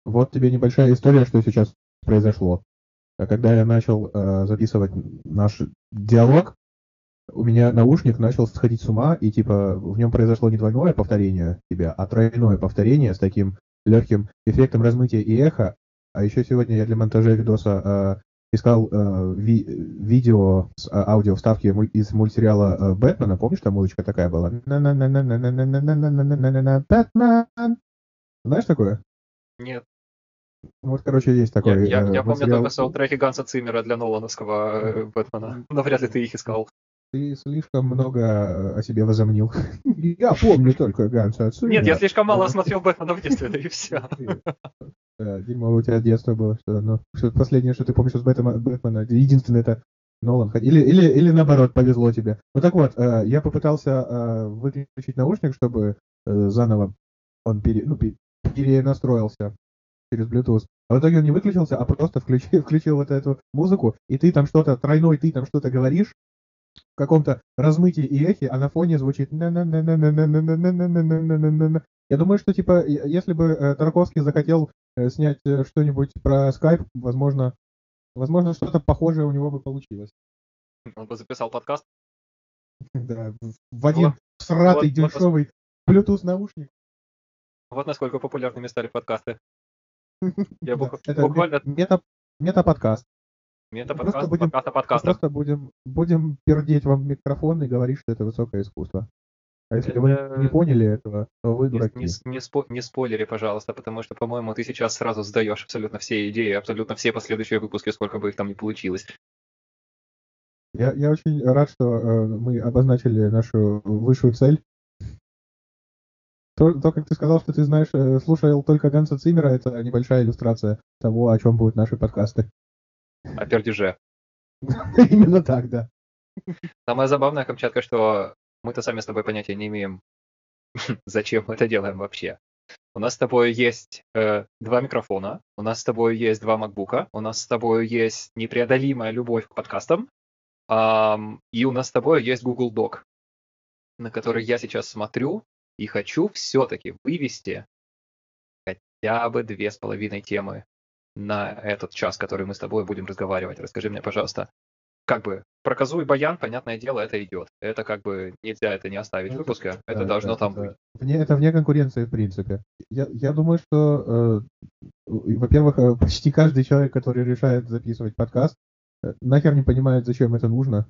Вот тебе небольшая история, что сейчас произошло. Когда я начал записывать наш диалог, у меня наушник начал сходить с ума, и типа в нем произошло не двойное повторение тебя, а тройное повторение с таким легким эффектом размытия и эха. А еще сегодня я для монтажа видоса искал видео с аудио вставки из мультсериала Бэтмена. Помнишь, там музычка такая была? Бэтмен. Знаешь такое? Нет. Вот, короче, есть такой Я помню мультсериал. только саундтреки Ганса Циммера для Нолановского Бэтмена. Но вряд ли ты их искал. Ты слишком много о себе возомнил. Я помню только Ганса Циммера. Нет, я слишком мало смотрел Бэтмена в детстве, да и все. Дерьмо у тебя детство было. Что последнее, что ты помнишь из Бэтмена, единственное, это Нолан. Или наоборот, повезло тебе. Ну так вот, я попытался выключить наушник, чтобы заново он перенастроился через Bluetooth. А в итоге он не выключился, а просто включил вот эту музыку, и ты там что-то, тройной ты там что-то говоришь, в каком-то размытии и эхе, а на фоне звучит. Я думаю, что типа, если бы Тарковский захотел снять что-нибудь про Skype, возможно, что-то похожее у него бы получилось. Он бы записал подкаст. Да, в один сратый, дешевый Bluetooth наушник. Вот насколько популярными стали подкасты. Я Это буквально... мета-подкаст. Мета-подкаст, подкаста. Просто будем пердеть вам в микрофон и говорить, что это высокое искусство. А если вы не поняли этого, то вы дураки. Не спойлери, пожалуйста, потому что, по-моему, ты сейчас сразу сдаешь абсолютно все идеи, абсолютно все последующие выпуски, сколько бы их там ни получилось. Я очень рад, что мы обозначили нашу высшую цель. То, как ты сказал, что ты знаешь, слушал только Ганса Циммера, это небольшая иллюстрация того, о чем будут наши подкасты. О пердеже. Именно так, да. Самое забавное, Камчатка, что мы-то сами с тобой понятия не имеем, зачем мы это делаем вообще. У нас с тобой есть 2 микрофона, у нас с тобой есть 2 макбука, у нас с тобой есть непреодолимая любовь к подкастам, и у нас с тобой есть Google Doc, на который я сейчас смотрю и хочу все-таки вывести хотя бы 2,5 темы на этот час, который мы с тобой будем разговаривать. Расскажи мне, пожалуйста, как бы про козу и баян, понятное дело, это идет. Это как бы нельзя это не оставить в выпуске, это должно там быть. Это вне конкуренции, в принципе. Я думаю, что, во-первых, почти каждый человек, который решает записывать подкаст, нахер не понимает, зачем это нужно.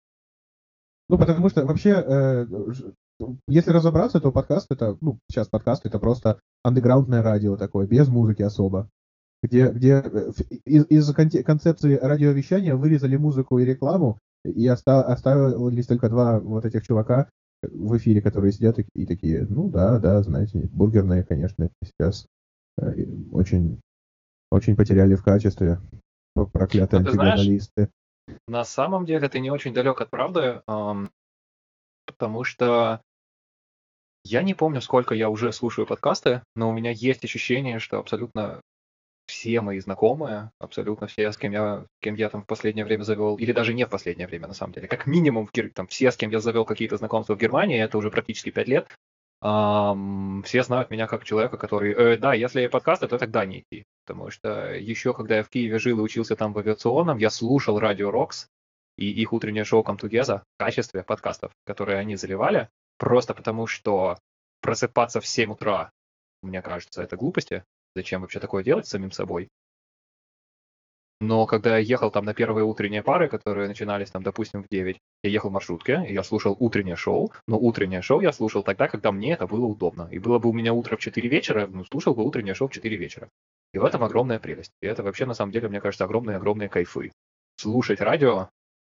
Ну, потому что вообще, если разобраться, то подкаст это, сейчас подкаст это просто андеграундное радио такое, без музыки особо. Где из концепции радиовещания вырезали музыку и рекламу, и оставились только 2 вот этих чувака в эфире, которые сидят и такие, ну да, знаете, бургерные, конечно, сейчас очень, очень потеряли в качестве, проклятые антижурналисты. На самом деле ты не очень далек от правды, потому что я не помню, сколько я уже слушаю подкасты, но у меня есть ощущение, что абсолютно все мои знакомые, абсолютно все, с кем я там в последнее время завел, или даже не в последнее время, на самом деле, как минимум там все, с кем я завел какие-то знакомства в Германии, это уже практически 5 лет, все знают меня как человека, который, да, если подкасты, то тогда не идти, потому что еще когда я в Киеве жил и учился там в авиационном, я слушал Radio Rocks и их утреннее шоу Come Together в качестве подкастов, которые они заливали, просто потому что просыпаться в 7 утра, мне кажется, это глупости. Зачем вообще такое делать с самим собой? Но когда я ехал там на первые утренние пары, которые начинались там, допустим, в 9, я ехал в маршрутке, и я слушал утреннее шоу, но утреннее шоу я слушал тогда, когда мне это было удобно. И было бы у меня утро в 4 вечера, слушал бы утреннее шоу в 4 вечера. И в этом огромная прелесть. И это вообще, на самом деле, мне кажется, огромные-огромные кайфы. Слушать радио,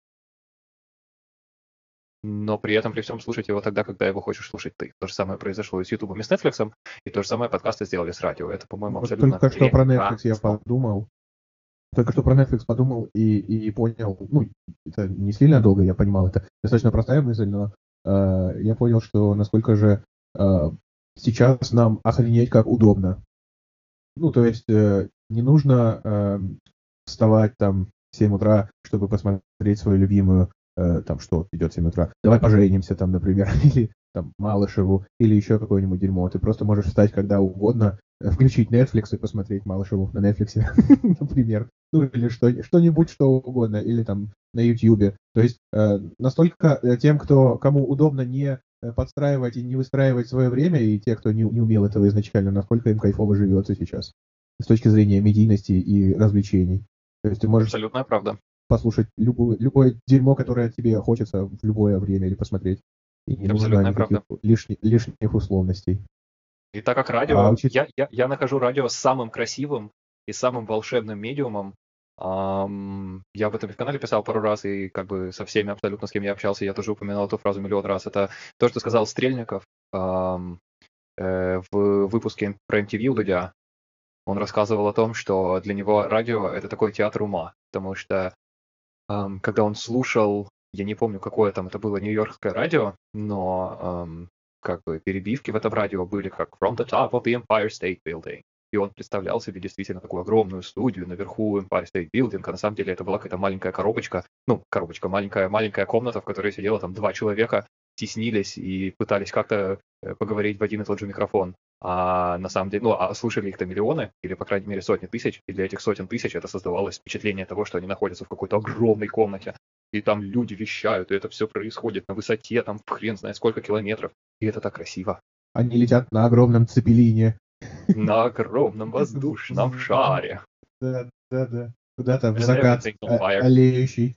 но при этом, при всем, слушать его тогда, когда его хочешь слушать ты. То же самое произошло и с YouTube, и с Netflix, и то же самое подкасты сделали с радио. Это, по-моему, абсолютно... Только что про Netflix я подумал. Только что про Netflix подумал и понял, это не сильно долго, я понимал, это достаточно простая мысль, но я понял, что насколько же сейчас нам охренеть как удобно. То есть не нужно вставать там в 7 утра, чтобы посмотреть свою любимую, там что идет в 7 утра. Давай поженимся там, например, или там, Малышеву или еще какое-нибудь дерьмо. Ты просто можешь встать когда угодно, включить Netflix и посмотреть Малышеву на Netflix, например. Ну, или что-нибудь, что угодно, или там на YouTube. То есть настолько тем, кому удобно не подстраивать и не выстраивать свое время, и те, кто не умел этого изначально, насколько им кайфово живется сейчас с точки зрения медийности и развлечений. То есть ты можешь Абсолютная правда. послушать любое дерьмо, которое тебе хочется в любое время или посмотреть. И не нужно Абсолютная никаких правда. лишних условностей. И так как радио, я нахожу радио самым красивым и самым волшебным медиумом. Я об этом и в канале писал пару раз, и как бы со всеми абсолютно, с кем я общался, я тоже упоминал эту фразу миллион раз. Это то, что сказал Стрельников в выпуске про MTV у Дудя. Он рассказывал о том, что для него радио — это такой театр ума, потому что когда он слушал, я не помню, какое там это было, нью-йоркское радио, но как бы перебивки в этом радио были как «From the top of the Empire State Building». И он представлял себе действительно такую огромную студию наверху Empire State Building, а на самом деле это была какая-то маленькая коробочка, маленькая комната, в которой сидело там 2 человека, теснились и пытались как-то поговорить в один и тот же микрофон. А на самом деле, слушали их-то миллионы, или, по крайней мере, сотни тысяч, и для этих сотен тысяч это создавалось впечатление того, что они находятся в какой-то огромной комнате, и там люди вещают, и это все происходит на высоте, там, хрен знает сколько километров, и это так красиво. Они летят на огромном цепелине. На огромном воздушном шаре. Да. Куда-то в закат олеющий.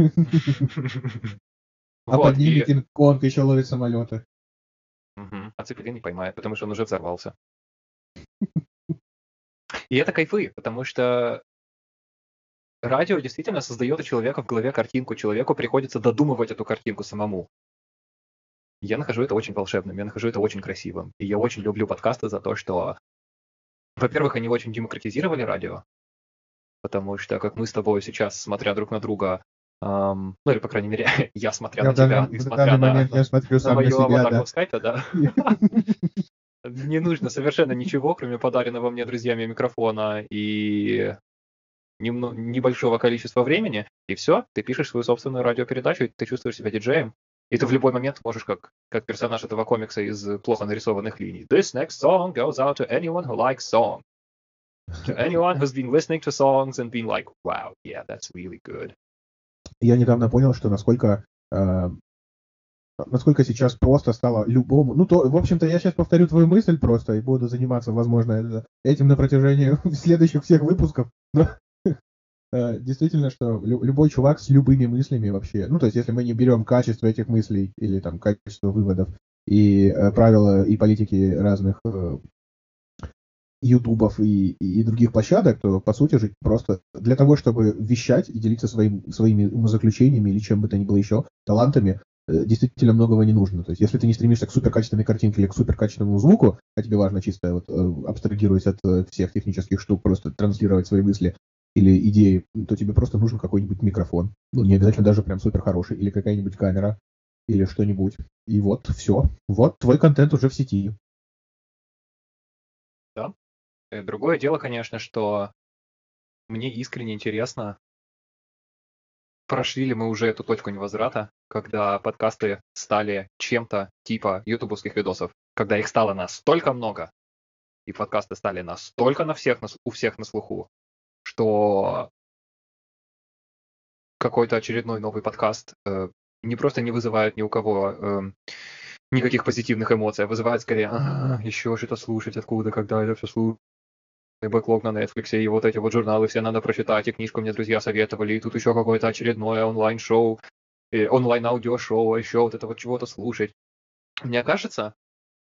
А под ними Кинг-Конг еще ловит самолеты. А Цепелин не поймает, потому что он уже взорвался. И это кайфы, потому что радио действительно создает у человека в голове картинку, человеку приходится додумывать эту картинку самому. Я нахожу это очень волшебным, я нахожу это очень красивым. И я очень люблю подкасты за то, что, во-первых, они очень демократизировали радио, потому что, как мы с тобой сейчас, смотря друг на друга, или, по крайней мере, я смотря на тебя, ты смотря на мою аватарку в скайпе, да. Не нужно совершенно ничего, кроме подаренного мне друзьями микрофона и небольшого количества времени, и все, ты пишешь свою собственную радиопередачу, и ты чувствуешь себя диджеем. И ты в любой момент можешь, как персонаж этого комикса из плохо нарисованных линий. This next song goes out to anyone who likes song. To anyone who's been listening to songs and been like, wow, yeah, that's really good. Я недавно понял, что насколько сейчас просто стало любому... в общем-то, я сейчас повторю твою мысль просто и буду заниматься, возможно, этим на протяжении следующих всех выпусков. Но действительно, что любой чувак с любыми мыслями вообще... то есть, если мы не берем качество этих мыслей или там качество выводов и правила и политики разных ютубов и других площадок, то, по сути же, просто для того, чтобы вещать и делиться своими умозаключениями или чем бы то ни было еще, талантами, действительно многого не нужно. То есть, если ты не стремишься к суперкачественной картинке или к суперкачественному звуку, а тебе важно чисто абстрагируясь от всех технических штук, просто транслировать свои мысли или идеи, то тебе просто нужен какой-нибудь микрофон. Не обязательно даже прям супер хороший, или какая-нибудь камера, или что-нибудь. И вот все. Вот твой контент уже в сети. Да. Другое дело, конечно, что мне искренне интересно, прошли ли мы уже эту точку невозврата, когда подкасты стали чем-то типа ютубовских видосов, когда их стало настолько много, и подкасты стали настолько у всех на слуху, что какой-то очередной новый подкаст не просто не вызывает ни у кого никаких позитивных эмоций, а вызывает скорее еще что-то слушать, откуда, когда это все слушать. Бэклог на Netflix, и вот эти вот журналы все надо прочитать, и книжку мне друзья советовали, и тут еще какое-то очередное онлайн-шоу, онлайн-аудиошоу, еще вот это вот чего-то слушать. Мне кажется,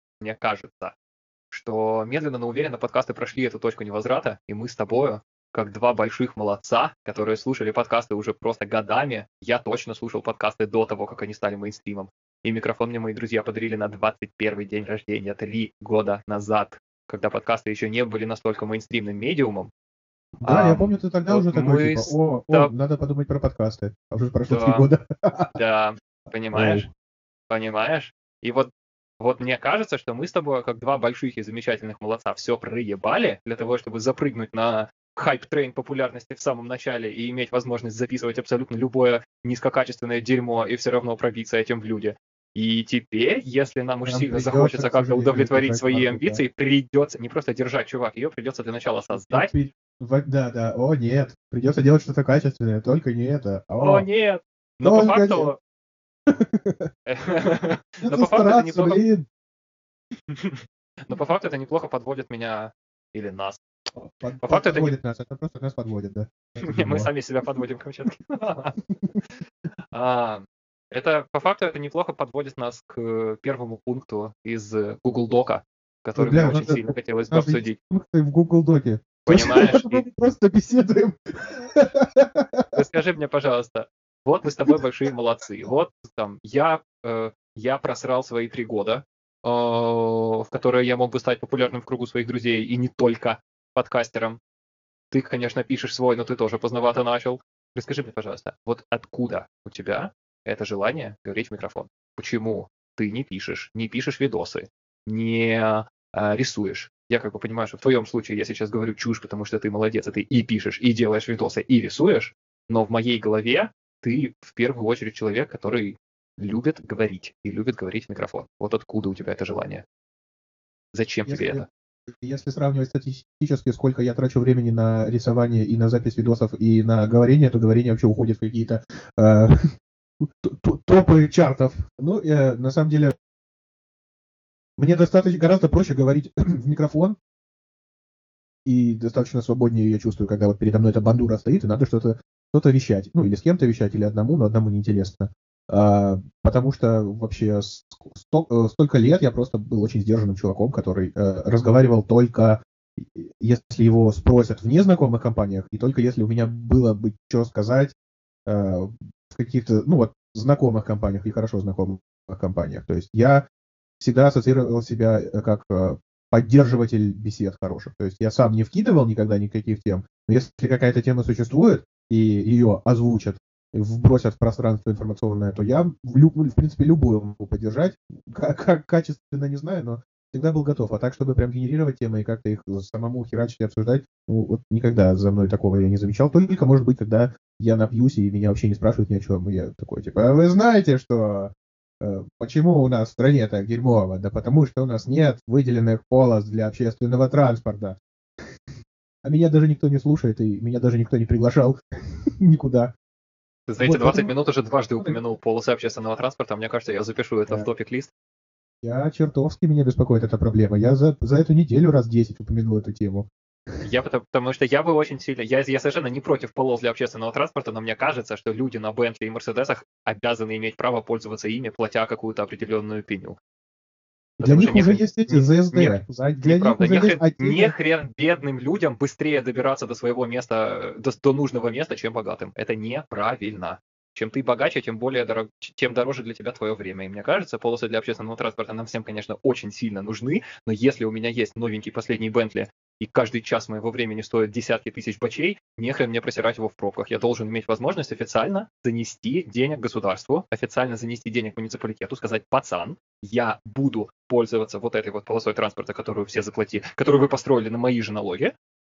что медленно, но уверенно подкасты прошли эту точку невозврата, и мы с тобою, как два больших молодца, которые слушали подкасты уже просто годами, я точно слушал подкасты до того, как они стали мейнстримом, и микрофон мне мои друзья подарили на 21-й день рождения 3 года назад, когда подкасты еще не были настолько мейнстримным медиумом. Да, я помню, ты тогда уже такой, типа, надо подумать про подкасты. А уже прошло 3 года. Да, понимаешь? И вот мне кажется, что мы с тобой, как два больших и замечательных молодца, все проебали для того, чтобы запрыгнуть на хайп-трейн популярности в самом начале и иметь возможность записывать абсолютно любое низкокачественное дерьмо и все равно пробиться этим в люди. И теперь, если нам уж Нам сильно придется, захочется к как-то сожалению, удовлетворить держать свои марку, да. амбиции, придется не просто держать, чувак, ее придется для начала создать. Да, о нет, придется делать что-то качественное, только не это. О, нет! Но по Только не... факту... Но Придется по факту это стараться, неплохо... блин. Но по факту это неплохо подводит меня или нас. По факту это не... Подводит нас, это просто нас подводит, да. Это Не, мы дерьмо. сами себя подводим, Камчатки. Это по факту это неплохо подводит нас к первому пункту из Google Дока, который мне Бля, очень сильно хотелось бы даже есть обсудить. пункты в Google Доке. Понимаешь? Мы просто беседуем. Ты скажи мне, пожалуйста, вот мы с тобой большие молодцы. Вот там я просрал свои 3 года, в которые я мог бы стать популярным в кругу своих друзей и не только подкастером. Ты, конечно, пишешь свой, но ты тоже поздновато начал. Расскажи мне, пожалуйста, вот откуда у тебя это желание говорить в микрофон? Почему ты не пишешь видосы, не рисуешь? Я как бы понимаю, что в твоем случае я сейчас говорю чушь, потому что ты молодец, и ты и пишешь, и делаешь видосы, и рисуешь, но в моей голове ты в первую очередь человек, который любит говорить и любит говорить в микрофон. Вот откуда у тебя это желание? Зачем тебе это? Если сравнивать статистически, сколько я трачу времени на рисование и на запись видосов и на говорение, то говорение вообще уходит в какие-то топы чартов. Ну, на самом деле, мне гораздо проще говорить в микрофон, и достаточно свободнее я чувствую, когда вот передо мной эта бандура стоит, и надо что-то вещать. Ну, или с кем-то вещать, или одному, но одному неинтересно. Потому что вообще столько лет я просто был очень сдержанным чуваком, который разговаривал только если его спросят в незнакомых компаниях, и только если у меня было бы что сказать в каких-то, ну вот, знакомых компаниях и хорошо знакомых компаниях. То есть я всегда ассоциировал себя как поддерживатель бесед хороших. То есть я сам не вкидывал никогда никаких тем, но если какая-то тема существует, и ее озвучат, вбросят в пространство информационное, то я, в принципе, любую могу поддержать. Как качественно, не знаю, но всегда был готов. А так, чтобы прям генерировать темы и как-то их самому херачить и обсуждать, ну, вот никогда за мной такого я не замечал. Только, может быть, когда я напьюсь, и меня вообще не спрашивают ни о чем, и я такой, типа, а вы знаете, что почему у нас в стране так дерьмово? Да потому что у нас нет выделенных полос для общественного транспорта. А меня даже никто не слушает, и меня даже никто не приглашал никуда. Ты за эти 20 минут уже дважды упомянул полосы общественного транспорта. Мне кажется, я запишу это в топик-лист. Я чертовски меня беспокоит эта проблема. Я за эту неделю раз 10 упомянул эту тему. Потому что я бы очень сильно... Я совершенно не против полос для общественного транспорта, но мне кажется, что люди на Бентли и Мерседесах обязаны иметь право пользоваться ими, платя какую-то определенную пеню. Для них уже есть эти ЗСД. Для них уже есть нехрен бедным людям быстрее добираться до своего места, до нужного места, чем богатым. Это неправильно. Чем ты богаче, тем дороже для тебя твое время. И мне кажется, полосы для общественного транспорта нам всем, конечно, очень сильно нужны, но если у меня есть новенький последний Бентли, и каждый час моего времени стоит десятки тысяч бачей, нехрен мне просирать его в пробках. Я должен иметь возможность официально занести денег государству, официально занести денег муниципалитету, сказать: пацан, я буду пользоваться вот этой вот полосой транспорта, которую все заплатили, которую вы построили на мои же налоги,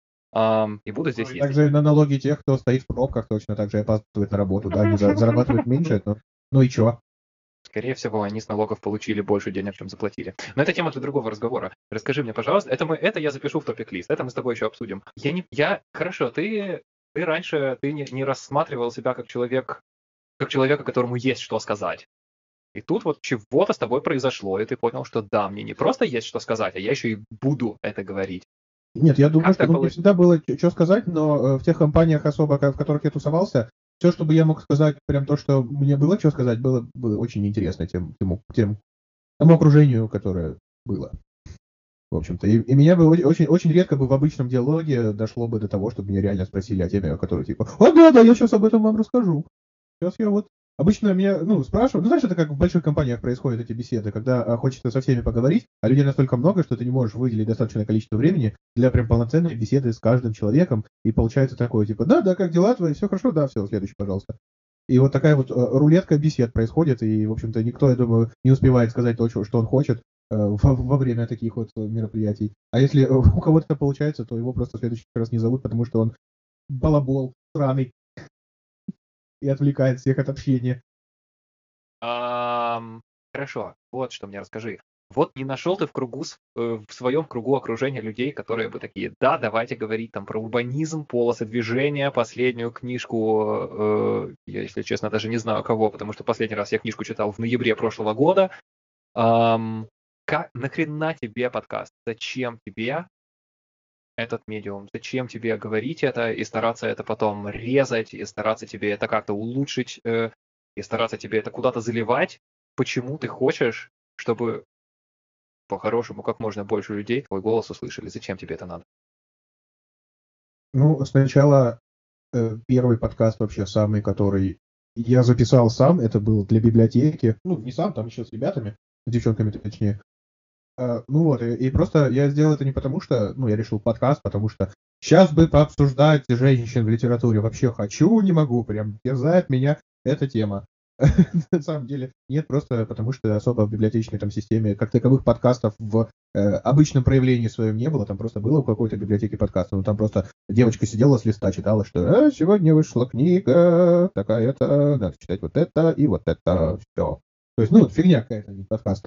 и буду здесь ездить. Также на налоги тех, кто стоит в пробках, точно так же опаздывает на работу. Да, они зарабатывают меньше, но ну и чё? Скорее всего, они с налогов получили больше денег, чем заплатили. Но это тема для другого разговора. Расскажи мне, пожалуйста, это я запишу в топик-лист, это мы с тобой еще обсудим. Хорошо, ты раньше не рассматривал себя как человека, которому есть что сказать. И тут вот чего-то с тобой произошло, и ты понял, что да, мне не просто есть что сказать, а я еще и буду это говорить. Нет, я думаю, что мне всегда было что сказать, но в тех компаниях особо, в которых я тусовался, все, чтобы я мог сказать, прям то, что мне было что сказать, было очень интересно тому окружению, которое было. В общем-то. И меня бы очень редко бы в обычном диалоге дошло бы до того, чтобы меня реально спросили о теме, о которой типа: «О, да, я сейчас об этом вам расскажу». Сейчас я вот... Обычно меня, спрашивают, знаешь, это как в больших компаниях происходят эти беседы, когда хочется со всеми поговорить, а людей настолько много, что ты не можешь выделить достаточное количество времени для прям полноценной беседы с каждым человеком, и получается такое, типа: да, как дела твои, все хорошо, да, все, следующий, пожалуйста. И вот такая вот рулетка бесед происходит, и, в общем-то, никто, я думаю, не успевает сказать то, что он хочет во время таких вот мероприятий. А если у кого-то это получается, то его просто в следующий раз не зовут, потому что он балабол сраный и отвлекает всех от общения. Хорошо, вот что мне расскажи. Вот не нашел ты в своем кругу окружения людей, которые бы такие: да, давайте говорить там про урбанизм, полосы движения, последнюю книжку, я, если честно, даже не знаю кого, потому что последний раз я книжку читал в ноябре прошлого года. Нахрена тебе подкаст? Зачем тебе этот медиум? Зачем тебе говорить это и стараться это потом резать, и стараться тебе это как-то улучшить, и стараться тебе это куда-то заливать? Почему ты хочешь, чтобы по-хорошему как можно больше людей твой голос услышали? Зачем тебе это надо? Ну, сначала первый подкаст вообще самый, который я записал сам, это был для библиотеки. Ну, не сам, там еще с ребятами, с девчонками точнее. Ну вот, и просто я сделал это не потому, что, я решил подкаст, потому что сейчас бы пообсуждать женщин в литературе вообще хочу, не могу, прям терзает меня эта тема. На самом деле нет, просто потому что особо в библиотечной там системе как таковых подкастов в обычном проявлении своем не было, там просто было у какой-то библиотеки подкаста, но там просто девочка сидела с листа, читала, что сегодня вышла книга, такая-то, надо читать вот это и вот это, все. То есть, фигня какая-то, не подкаст.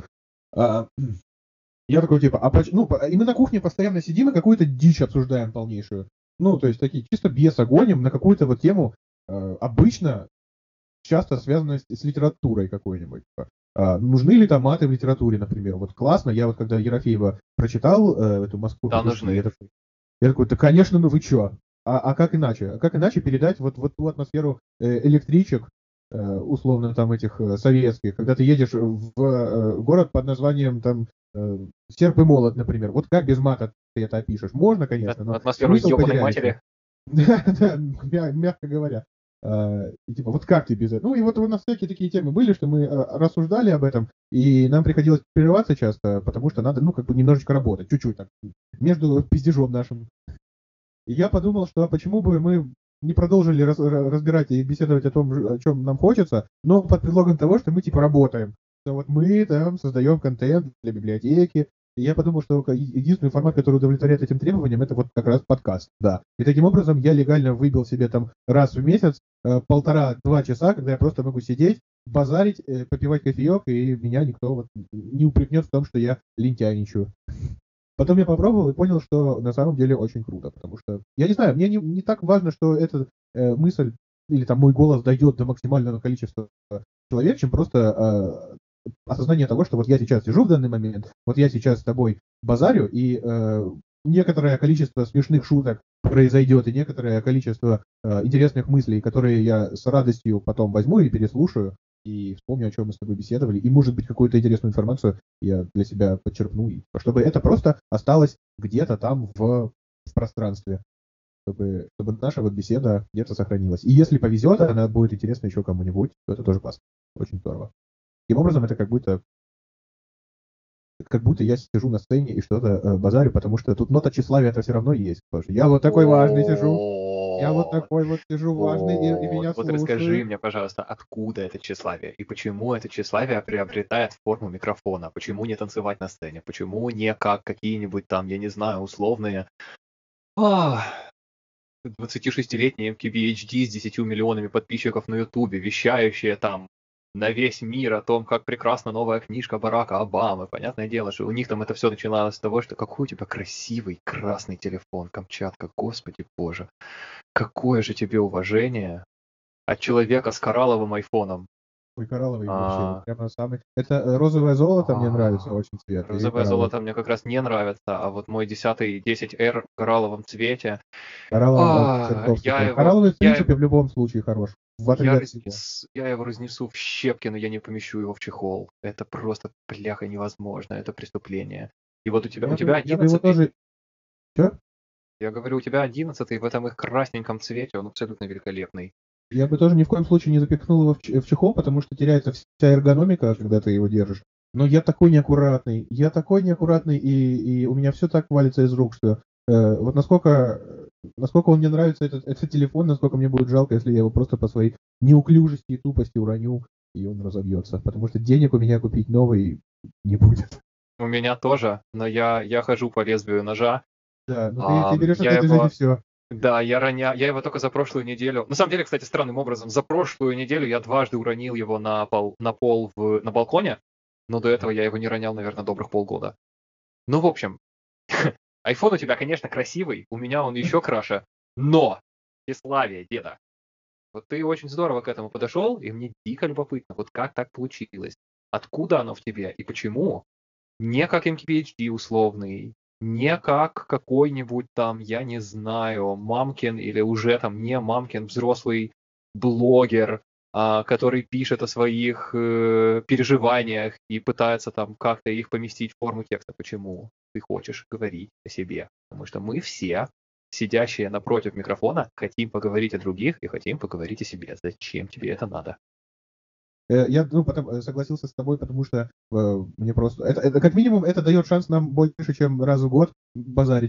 Я такой, типа, и мы на кухне постоянно сидим и какую-то дичь обсуждаем полнейшую. То есть такие чисто беса гоним на какую-то вот тему, обычно часто связанную с литературой какой-нибудь. Нужны ли томаты в литературе, например? Вот классно, я вот когда Ерофеева прочитал эту «Москву Да, петушки», нужны. я такой, да, конечно, вы чё? А как иначе? А как иначе передать вот ту атмосферу электричек, условно там этих советских, когда ты едешь в город под названием там Серп и Молот, например. Вот как без мата ты это опишешь? Можно, конечно, но Атмосферу смысл ёбаной потеряется. матери. Мягко говоря. И типа, вот как ты без этого? И вот у нас всякие такие темы были, что мы рассуждали об этом, и нам приходилось прерываться часто, потому что надо, немножечко работать, чуть-чуть так, между пиздежом нашим. И я подумал, что почему бы мы не продолжили разбирать и беседовать о том, о чем нам хочется, но под предлогом того, что мы типа работаем. Что вот мы там создаем контент для библиотеки. И я подумал, что единственный формат, который удовлетворяет этим требованиям, это вот как раз подкаст, да. И таким образом я легально выбил себе там раз в месяц 1,5-2 часа, когда я просто могу сидеть, базарить, попивать кофеек, и меня никто вот не упрекнет в том, что я лентяйничаю. Потом я попробовал и понял, что на самом деле очень круто, потому что, я не знаю, мне не так важно, что эта мысль или там мой голос дойдет до максимального количества человек, чем просто осознание того, что вот я сейчас сижу в данный момент, вот я сейчас с тобой базарю, и некоторое количество смешных шуток произойдет, и некоторое количество интересных мыслей, которые я с радостью потом возьму и переслушаю, и вспомню, о чем мы с тобой беседовали, и, может быть, какую-то интересную информацию я для себя подчеркну, чтобы это просто осталось где-то там в пространстве, чтобы наша вот беседа где-то сохранилась. И если повезет, она будет интересна еще кому-нибудь, то это тоже классно. Очень здорово. Таким образом, это как будто я сижу на сцене и что-то базарю, потому что тут нота тщеславия-то все равно есть. Я вот такой важный сижу. Я вот такой вот сижу важный, и меня Вот расскажи слушают. мне, пожалуйста, откуда это тщеславие и почему это тщеславие приобретает форму микрофона? Почему не танцевать на сцене? Почему не как какие-нибудь там, я не знаю, условные 26-летние MKBHD с 10 миллионами подписчиков на Ютубе, вещающие там на весь мир о том, как прекрасна новая книжка Барака Обамы. Понятное дело, что у них там это все начиналось с того, что какой у тебя красивый красный телефон, Камчатка, господи боже. Какое же тебе уважение от человека с коралловым айфоном. Ой, коралловый вообще, прямо самый. Это розовое золото мне нравится очень цвет. Розовое золото мне как раз не нравится, а вот мой 10R в коралловом цвете. Коралловый чертовски. Коралловый, в принципе, в любом случае хорош. В отрыве от всего. Я его разнесу в щепки, но я не помещу его в чехол. Это просто, бляха, невозможно. Это преступление. И вот у тебя 11-й. Что? Я говорю, у тебя 11-й в этом их красненьком цвете, он абсолютно великолепный. Я бы тоже ни в коем случае не запихнул его в чехол, потому что теряется вся эргономика, когда ты его держишь. Но я такой неаккуратный, и у меня все так валится из рук, что вот насколько он мне нравится, этот телефон, насколько мне будет жалко, если я его просто по своей неуклюжести и тупости уроню, и он разобьется. Потому что денег у меня купить новый не будет. У меня тоже, но я хожу по лезвию ножа. Да, ну ты берешь от этой жизни все. Да, я его только за прошлую неделю. На самом деле, кстати, странным образом, за прошлую неделю я дважды уронил его на пол на балконе. но до этого я его не ронял, наверное, добрых полгода. Ну, в общем, iPhone у тебя, конечно, красивый, у меня он еще краше, но тщеславие, деда. Вот ты очень здорово к этому подошел, и мне дико любопытно, вот как так получилось, откуда оно в тебе и почему. Не как MKBHD условный, не как какой-нибудь там, я не знаю, мамкин или уже там не мамкин взрослый блогер, который пишет о своих переживаниях и пытается там как-то их поместить в форму текста. Почему ты хочешь говорить о себе? Потому что мы все, сидящие напротив микрофона, хотим поговорить о других и хотим поговорить о себе. Зачем тебе это надо? Я согласился с тобой, потому что мне просто... Это как минимум это дает шанс нам больше, чем раз в год базарить.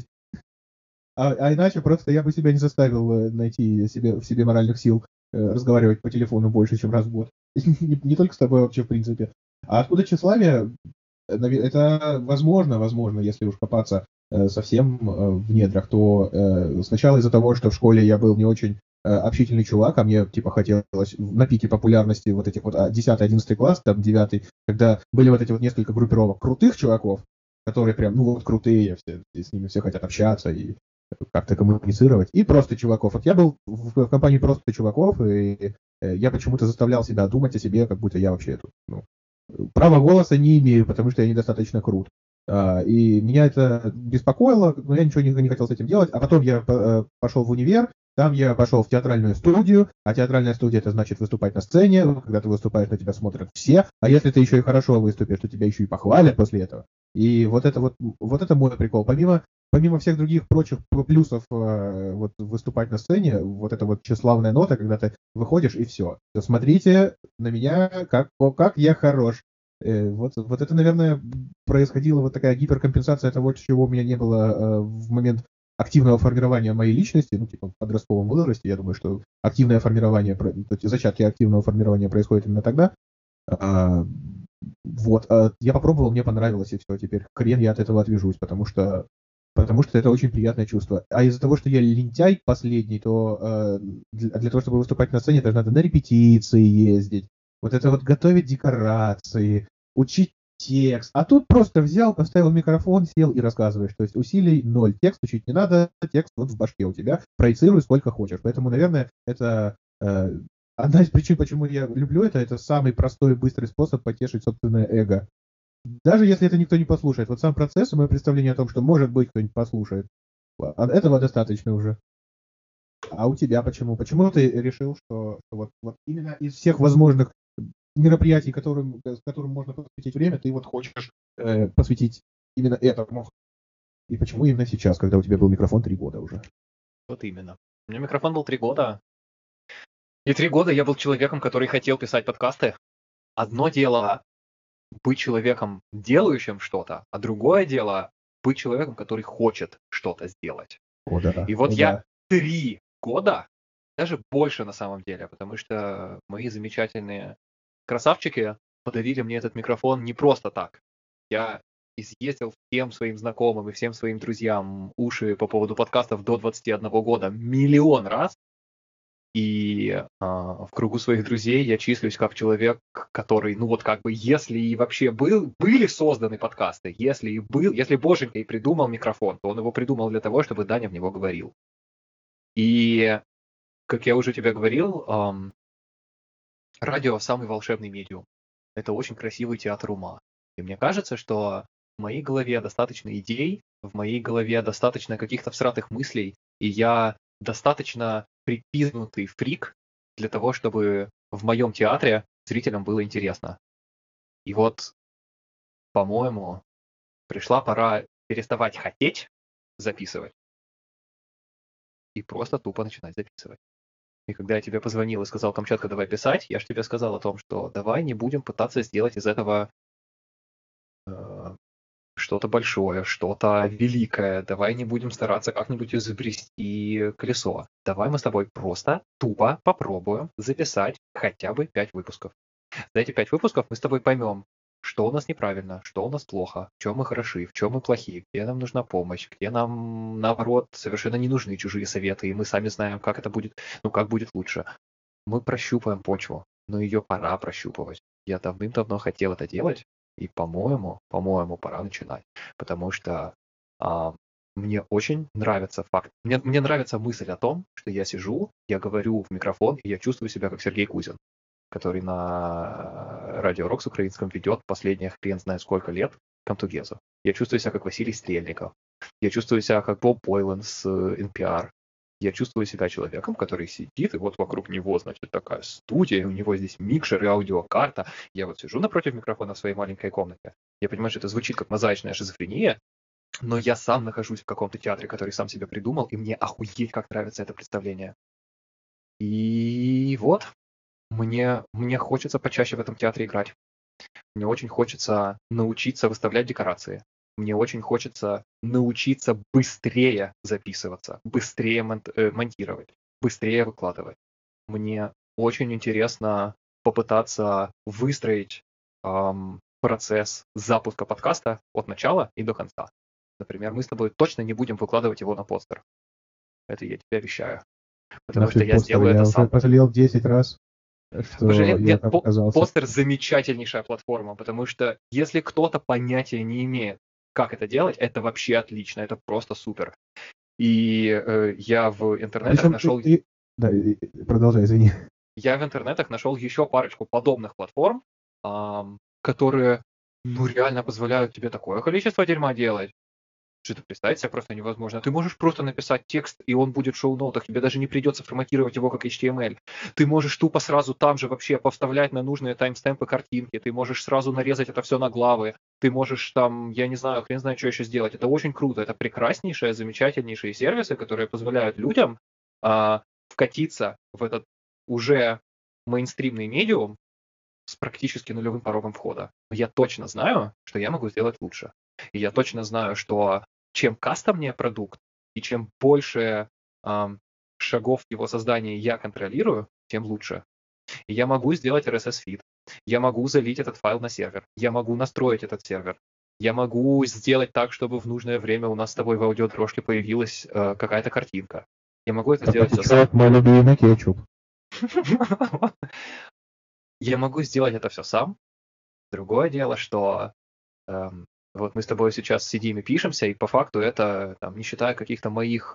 А иначе просто я бы себя не заставил найти в себе моральных сил разговаривать по телефону больше, чем раз в год. Не только с тобой вообще, в принципе. А откуда тщеславие? Это возможно, если уж копаться совсем в недрах, то сначала из-за того, что в школе я был не очень общительный чувак, а мне типа хотелось на пике популярности вот этих вот 10-11 класс, там 9, когда были вот эти вот несколько группировок крутых чуваков, которые прям, ну вот крутые, все, и с ними все хотят общаться и как-то коммуницировать, и просто чуваков. Вот я был в компании просто чуваков, и я почему-то заставлял себя думать о себе, как будто я вообще тут, ну, права голоса не имею, потому что я недостаточно крут. И меня это беспокоило, но я ничего не хотел с этим делать. А потом я пошел в универ, там я пошел в театральную студию, а театральная студия это значит выступать на сцене, когда ты выступаешь, на тебя смотрят все, а если ты еще и хорошо выступишь, то тебя еще и похвалят после этого. И вот это мой прикол. Помимо всех других прочих плюсов вот выступать на сцене, вот эта вот тщеславная нота, когда ты выходишь и все. Смотрите на меня, как я хорош. Вот это, наверное, происходила вот такая гиперкомпенсация того, чего у меня не было в момент активного формирования моей личности, ну, типа, в подростковом возрасте. Я думаю, что активное формирование, то есть зачатки активного формирования происходят именно тогда. Вот, я попробовал, мне понравилось, и все, теперь хрен я от этого отвяжусь, потому что это очень приятное чувство. А из-за того, что я лентяй последний, то для того, чтобы выступать на сцене, даже надо на репетиции ездить. Вот это вот готовить декорации, учить текст. А тут просто взял, поставил микрофон, сел и рассказываешь. То есть усилий ноль. Текст учить не надо, текст вот в башке у тебя. Проецируй сколько хочешь. Поэтому, наверное, это одна из причин, почему я люблю это самый простой и быстрый способ потешить собственное эго. Даже если это никто не послушает. Вот сам процесс и мое представление о том, что может быть кто-нибудь послушает, этого достаточно уже. А у тебя почему? Почему ты решил, что вот именно из всех возможных мероприятий, которым можно посвятить время, ты вот хочешь посвятить именно этому? И почему именно сейчас, когда у тебя был микрофон 3 года уже? Вот именно. У меня микрофон был 3 года. И 3 года я был человеком, который хотел писать подкасты. Одно дело быть человеком, делающим что-то, а другое дело быть человеком, который хочет что-то сделать. О, да. И вот я 3 года, даже больше на самом деле, потому что мои замечательные красавчики подарили мне этот микрофон не просто так. Я изъездил всем своим знакомым и всем своим друзьям уши по поводу подкастов до 21 года миллион раз. И в кругу своих друзей я числюсь как человек, который, ну вот как бы, если и вообще были созданы подкасты, если Боженька и придумал микрофон, то он его придумал для того, чтобы Даня в него говорил. И, как я уже тебе говорил, радио самый волшебный медиум. Это очень красивый театр ума. И мне кажется, что в моей голове достаточно идей, в моей голове достаточно каких-то всратых мыслей, и я достаточно припизнутый фрик для того, чтобы в моем театре зрителям было интересно. И вот, по-моему, пришла пора переставать хотеть записывать и просто тупо начинать записывать. И когда я тебе позвонил и сказал: Камчатка, давай писать, я же тебе сказал о том, что давай не будем пытаться сделать из этого что-то большое, что-то великое. Давай не будем стараться как-нибудь изобрести колесо. Давай мы с тобой просто тупо попробуем записать хотя бы 5 выпусков. За эти 5 выпусков мы с тобой поймем, что у нас неправильно, что у нас плохо, в чем мы хороши, в чем мы плохи, где нам нужна помощь, где нам, наоборот, совершенно не нужны чужие советы, и мы сами знаем, как это будет, как будет лучше. Мы прощупаем почву, но ее пора прощупывать. Я давным-давно хотел это делать, И, по-моему, пора начинать. Потому что мне очень нравится факт. Мне нравится мысль о том, что я сижу, я говорю в микрофон, и я чувствую себя как Сергей Кузин, который на Радио Рокс украинском ведет последних хрен знает сколько лет Камтугезу. Я чувствую себя как Василий Стрельников. Я чувствую себя как Боб Бойлен с NPR. Я чувствую себя человеком, который сидит, и вот вокруг него, значит, такая студия, у него здесь микшер и аудиокарта. Я вот сижу напротив микрофона в своей маленькой комнате. Я понимаю, что это звучит как мозаичная шизофрения, но я сам нахожусь в каком-то театре, который сам себе придумал, и мне охуеть как нравится это представление. И вот, мне хочется почаще в этом театре играть. Мне очень хочется научиться выставлять декорации. Мне очень хочется научиться быстрее записываться, быстрее монтировать, быстрее выкладывать. Мне очень интересно попытаться выстроить процесс запуска подкаста от начала и до конца. Например, мы с тобой точно не будем выкладывать его на постер. Это я тебе обещаю. Потому что я сделаю это сам. Я уже пожалел 10 раз, что я там оказался. Постер замечательнейшая платформа, потому что если кто-то понятия не имеет, как это делать, это вообще отлично, это просто супер. И я в интернетах нашел... Да, продолжай, извини. Я в интернетах нашел еще парочку подобных платформ, которые, реально позволяют тебе такое количество дерьма делать, что это представить себе просто невозможно. Ты можешь просто написать текст, и он будет в шоу-ноутах, тебе даже не придется форматировать его как HTML. Ты можешь тупо сразу там же вообще повставлять на нужные таймстемпы картинки, ты можешь сразу нарезать это все на главы, ты можешь там, я не знаю, хрен знает, что еще сделать. Это очень круто, это прекраснейшие, замечательнейшие сервисы, которые позволяют людям вкатиться в этот уже мейнстримный медиум с практически нулевым порогом входа. Но я точно знаю, что я могу сделать лучше. И я точно знаю, что чем кастомнее продукт, и чем больше шагов его создания я контролирую, тем лучше. И я могу сделать RSS-фид, я могу залить этот файл на сервер, я могу настроить этот сервер, я могу сделать так, чтобы в нужное время у нас с тобой в аудиодорожке появилась какая-то картинка. Я могу это сделать все сам. Мой любимый кетчуп. Я могу сделать это все сам. Другое дело, что вот мы с тобой сейчас сидим и пишемся, и по факту это, не считая каких-то моих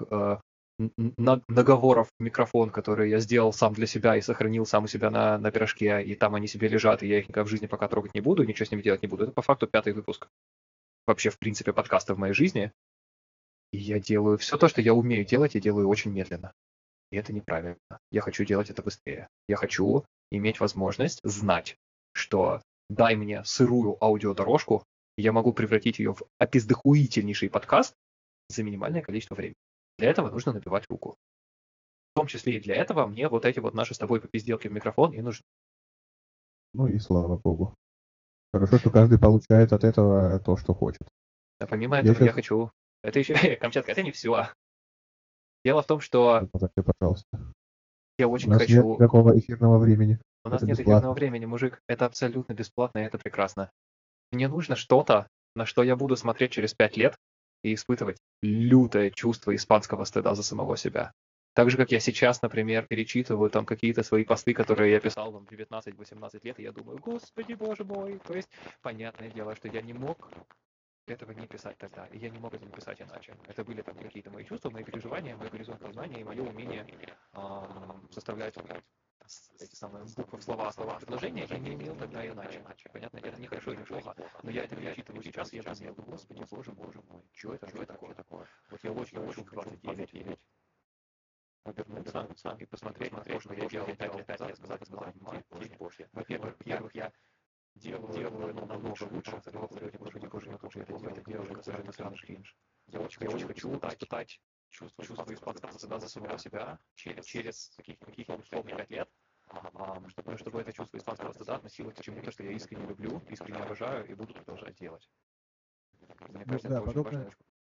наговоров в микрофон, которые я сделал сам для себя и сохранил сам у себя на пирожке, и там они себе лежат, и я их никогда в жизни пока трогать не буду, ничего с ними делать не буду. Это по факту 5-й выпуск вообще, в принципе, подкаста в моей жизни. И я делаю все то, что я умею делать, я делаю очень медленно. И это неправильно. Я хочу делать это быстрее. Я хочу иметь возможность знать, что дай мне сырую аудиодорожку, и я могу превратить ее в опиздохуительнейший подкаст за минимальное количество времени. Для этого нужно набивать руку. В том числе и для этого мне вот эти вот наши с тобой попизделки в микрофон и нужны. Ну и слава богу. Хорошо, что каждый получает от этого то, что хочет. А помимо этого я хочу... Это еще... Камчатка, это не все. Дело в том, что... Пожалуйста. Я очень хочу... У нас нет никакого эфирного времени. У нас нет эфирного времени, мужик. Это абсолютно бесплатно, и это прекрасно. Мне нужно что-то, на что я буду смотреть через 5 лет и испытывать лютое чувство испанского стыда за самого себя. Так же, как я сейчас, например, перечитываю там какие-то свои посты, которые я писал в 19-18 лет, и я думаю, господи, боже мой. То есть, понятное дело, что я не мог этого не писать тогда, и я не мог это не писать иначе. Это были там какие-то мои чувства, мои переживания, мой горизонт познания и мое умение составлять эти самые буквы в слова предложения, я не имел тогда иначе. Понятно, это не хорошо и не плохо, но я это перечитываю сейчас, и я думаю, господи, боже мой, что это такое? Вот я очень хочу в 29 обернуться и посмотреть на то, что я делал 5 лет назад, и сказать, во-первых, я делаю намного лучше, это делаю совершенно странный кринж. Я очень хочу испытать чувство испанского стыда за самого себя через каких-нибудь условных 5 лет, чтобы это чувство испанского стыда относилось к чему-то, что я искренне люблю, искренне обожаю и буду продолжать делать. Мне кажется, это очень важно.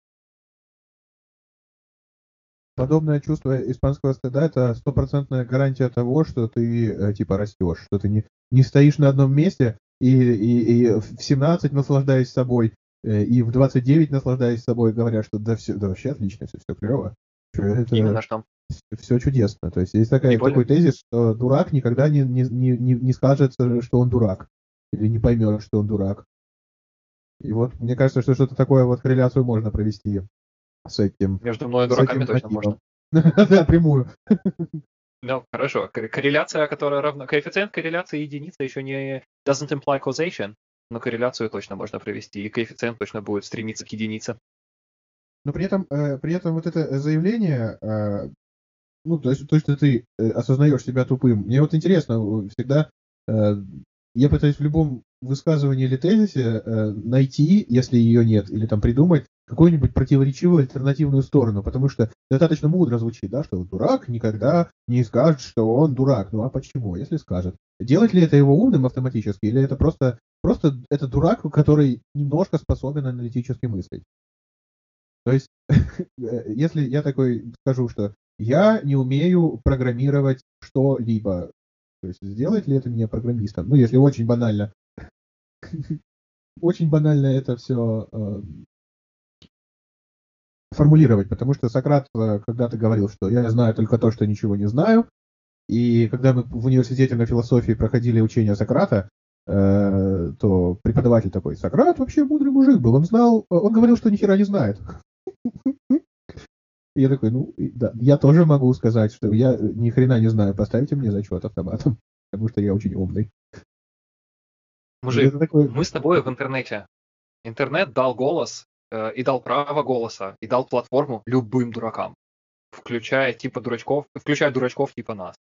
Подобное чувство испанского стыда — это стопроцентная гарантия того, что ты типа растешь, что ты не стоишь на одном месте и в 17 наслаждаясь собой, и в 29 наслаждаясь собой, говоря, что да вообще отлично, все клево. Именно что. Все чудесно. То есть есть такой тезис, что дурак никогда не скажет, что он дурак, или не поймет, что он дурак. И вот мне кажется, что что-то такое вот корреляцию можно провести с этим Между мной и дураками точно мотивом. можно. Да, прямую. Ну, хорошо. Корреляция, которая равна... Коэффициент корреляции единица еще не doesn't imply causation, но корреляцию точно можно провести, и коэффициент точно будет стремиться к единице. Но при этом вот это заявление, ну, то есть то, что ты осознаешь себя тупым. Мне вот интересно, всегда я пытаюсь в любом высказывании или тезисе найти, если ее нет, или там придумать какую-нибудь противоречивую альтернативную сторону, потому что достаточно мудро звучит, да, что дурак никогда не скажет, что он дурак. Ну а почему, если скажет? Делать ли это его умным автоматически, или это просто это дурак, который немножко способен аналитически мыслить? То есть, если я такой скажу, что я не умею программировать что-либо, то есть сделает ли это меня программистом? Ну, если очень банально, очень банально это все формулировать, потому что Сократ когда-то говорил, что я знаю только то, что ничего не знаю, и когда мы в университете на философии проходили учение Сократа, то преподаватель такой: Сократ вообще мудрый мужик был, он говорил, что ни хера не знает. И я такой, ну, да, я тоже могу сказать, что я ни хрена не знаю, поставьте мне зачет автоматом, потому что я очень умный. Вот Мужик, это такой... мы с тобой в интернете. Интернет дал голос и дал право голоса, и дал платформу любым дуракам, включая дурачков типа нас.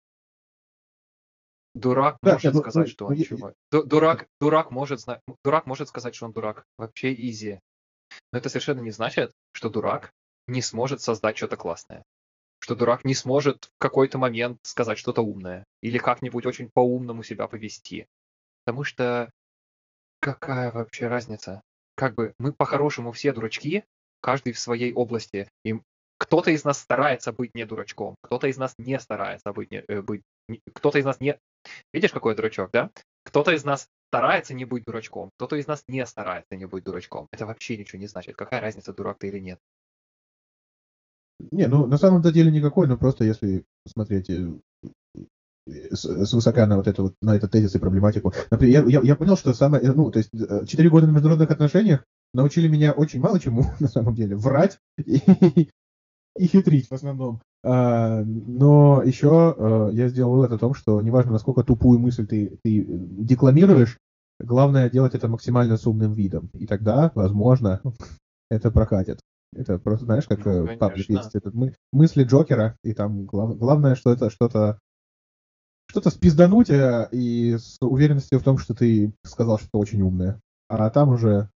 Дурак Да, может нет, сказать, что он чувак. Дурак может сказать, что он дурак. Вообще изи. Но это совершенно не значит, что дурак не сможет создать что-то классное. Что дурак не сможет в какой-то момент сказать что-то умное. Или как-нибудь очень по-умному себя повести. Потому что какая вообще разница? Как бы мы по-хорошему все дурачки, каждый в своей области. И кто-то из нас старается быть не дурачком, кто-то из нас не старается кто-то из нас не... Видишь, какой дурачок, да? Кто-то из нас старается не быть дурачком, кто-то из нас не старается не быть дурачком. Это вообще ничего не значит. Какая разница, дурак ты или нет? Не, ну, на самом-то деле никакой, но просто если смотреть свысока на вот это вот, на этот тезис и проблематику. Например, я понял, что самое, ну, то есть 4 года на международных отношениях научили меня очень мало чему, на самом деле. Врать и хитрить в основном. Но еще я сделал вывод о том, что неважно, насколько тупую мысль ты декламируешь, главное делать это максимально с умным видом. И тогда, возможно, это прокатит. Это просто, знаешь, как Ну, в паблик конечно. есть этот мысли Джокера, и там главное, что это что-то спиздануть и с уверенностью в том, что ты сказал что-то очень умное. А там уже...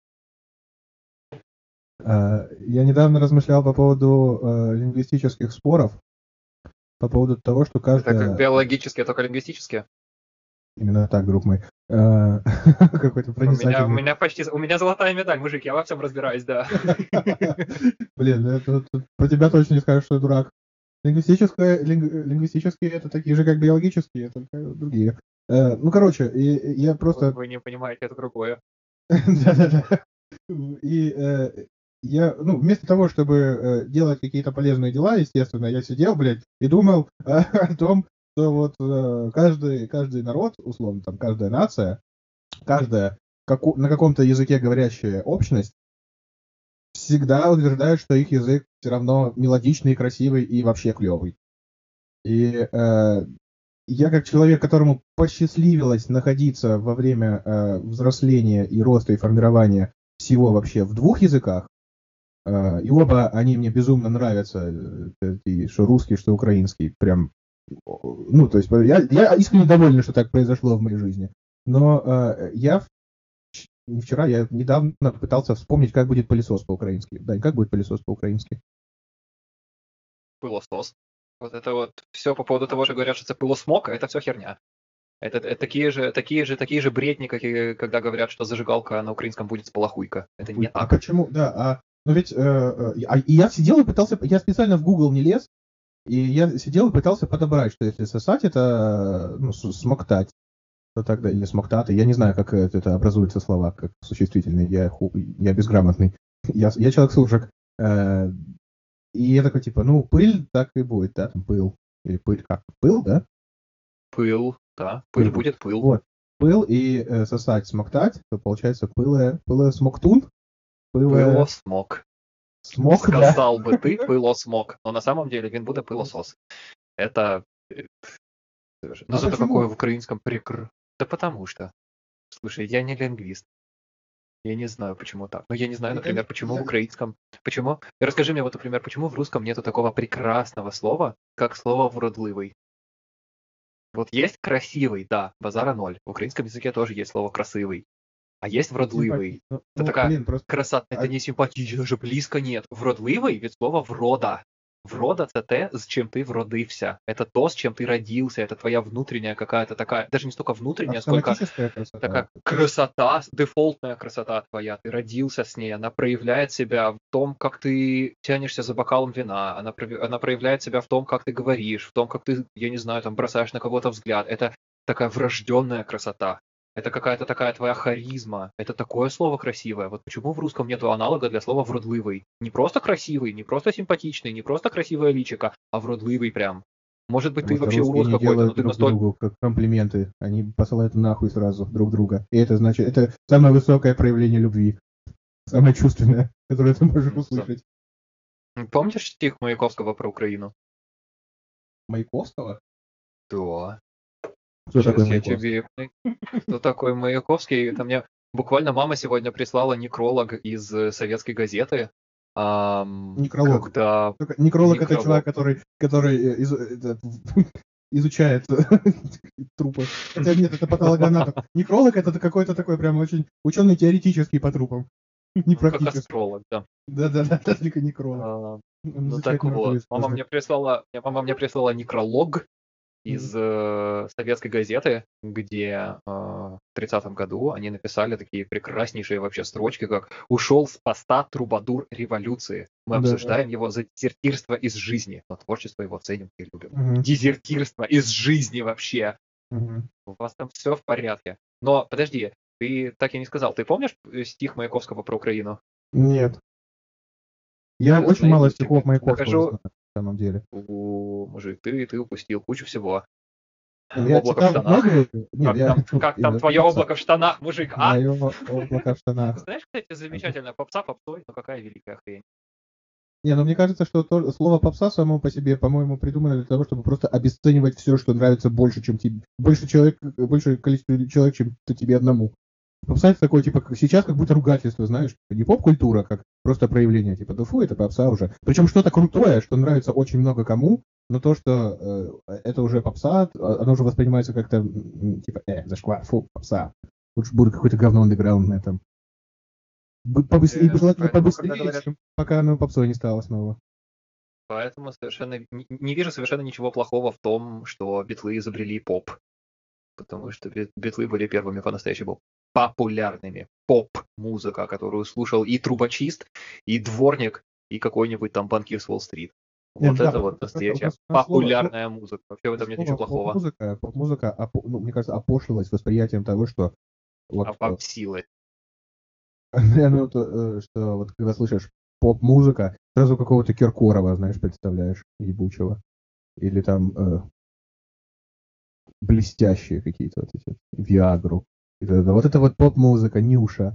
Я недавно размышлял по поводу лингвистических споров, по поводу того, что Это как каждая... биологически, только лингвистически. Именно так, друг мой. Какой-то проницательный... У меня золотая медаль, мужик, я во всем разбираюсь, да. Блин, про тебя точно не скажешь, что я дурак. Лингвистические это такие же, как биологические, только другие. Ну, короче, я просто... Вы не понимаете, это другое. Да-да-да. И я, ну, вместо того, чтобы делать какие-то полезные дела, естественно, я сидел, блядь, и думал о том, что вот каждый народ, условно, там, каждая нация, каждая на каком-то языке говорящая общность всегда утверждает, что их язык все равно мелодичный, красивый и вообще клевый. И я как человек, которому посчастливилось находиться во время взросления и роста и формирования всего вообще в 2 языках, и оба они мне безумно нравятся, что русский, что украинский, прям, ну, то есть я искренне доволен, что так произошло в моей жизни. Но я не вчера, я недавно пытался вспомнить, как будет пылесос по-украински. Дань, как будет пылесос по-украински? Пылосос. Вот это вот все по поводу того, что говорят, что это пылосмог, это все херня. Это такие же бредни, как и когда говорят, что зажигалка на украинском будет сполохуйка. Это не А так. почему? Да, ну ведь и я сидел и пытался, я специально в Google не лез, и я сидел и пытался подобрать, что если сосать, это, ну, смоктать, то тогда, или смоктаты, я не знаю, как это образуются слова, как существительные, я безграмотный, я человек-слушак, и я такой, типа, ну, пыль так и будет, да, там, пыл, или пыль, как, пыл, да? Пыл, да. Пыл Пыль будет. будет пыл. Вот. пыл и сосать, смоктать, то получается пыло-смоктун? Пилосмок. Смок, да. Сказал бы ты пилосмок, но на самом деле він буде пилосос. Это... Ну, А зато почему? какое в украинском Да потому что. Слушай, я не лингвист. Я не знаю, почему так. Но я не знаю, например, почему в украинском... Почему... Расскажи мне вот, например, почему в русском нету такого прекрасного слова, как слово «вродливый». Вот есть красивый, да, базара ноль. В украинском языке тоже есть слово красивый. А есть вродливый. Ну, Это такая блин, просто... красота, это не симпатично, даже близко нет. Вродливий від слова врода. Врода – це те, з чим ти вродився. Это то, с чем ты родился. Это твоя внутренняя какая-то такая, даже не столько внутренняя, сколько Автоматическая красота. такая красота, дефолтная красота твоя. Ты родился с ней, она проявляет себя в том, как ты тянешься за бокалом вина, она проявляет себя в том, как ты говоришь, в том, как ты, я не знаю, там бросаешь на кого-то взгляд. Это такая врожденная красота. Это какая-то такая твоя харизма. Это такое слово красивое. Вот почему в русском нету аналога для слова вродливый? Не просто красивый, не просто симпатичный, не просто красивое личико, а вродливый прям. Может быть, ты Потому вообще что русские урод не какой-то, но делают ты друг настолько... другу как комплименты. Они посылают нахуй сразу друг друга. И это значит, это самое высокое проявление любви. Самое чувственное, которое ты можешь услышать. Помнишь стих Маяковского про Украину? Маяковского? Да. Кто Сейчас такой я Маяковский? тебе... Кто такой Маяковский? Это мне буквально мама сегодня прислала некролог из советской газеты. Некролог. Когда... Некролог это человек, который изучает трупы. Хотя нет, это патологоанатом. Некролог это какой-то такой прям очень ученый теоретический по трупам. Не Как практически. астролог, да. Да, только некролог. Ну так вот, мама мне прислала некролог из советской газеты, где в 30-м году они написали такие прекраснейшие вообще строчки, как «Ушел с поста трубадур революции. Мы обсуждаем его за дезертирство из жизни, но творчество его ценим и любим». Дезертирство из жизни вообще. У вас там все в порядке. Но подожди, ты так и не сказал. Ты помнишь стих Маяковского про Украину? Нет. Я очень мало стихов Маяковского знаю, на самом деле. Мужик, ты упустил кучу всего. Я Облако в штанах. Как там твое облако в штанах, мужик, а? Мое облако в штанах. Знаешь, кстати, замечательно, попса попсой, но какая великая хрень. Не, ну мне кажется, что слово попса само по себе, по-моему, придумано для того, чтобы просто обесценивать все, что нравится больше, чем тебе. Большее количество человек, чем тебе одному. Попса это такое, типа, сейчас как будто ругательство, знаешь, не поп-культура, как просто проявление, типа, да фу, это попса уже. Причем что-то крутое, что нравится очень много кому, но то, что это уже попса, оно уже воспринимается как-то, типа, зашквар, фу, попса. Лучше будет какой-то говно андеграундное там. И желательно побыстрее, чем пока оно попсой не стало снова. Поэтому совершенно не вижу совершенно ничего плохого в том, что битлы изобрели поп. Потому что битлы были первыми по-настоящему популярными. Поп-музыка, которую слушал и трубочист, и дворник, и какой-нибудь там банкир с Уолл-стрит. Вот да, это вот настоящая популярная музыка. Вообще в этом нет ничего плохого. Поп-музыка, ну, мне кажется, опошлилась восприятием того, что... Вот, попсилась. Ну, что вот когда слышишь поп-музыка, сразу какого-то Киркорова, знаешь, представляешь, ебучего. Или там блестящие какие-то вот эти, Виагру. Вот это вот поп-музыка, Нюша.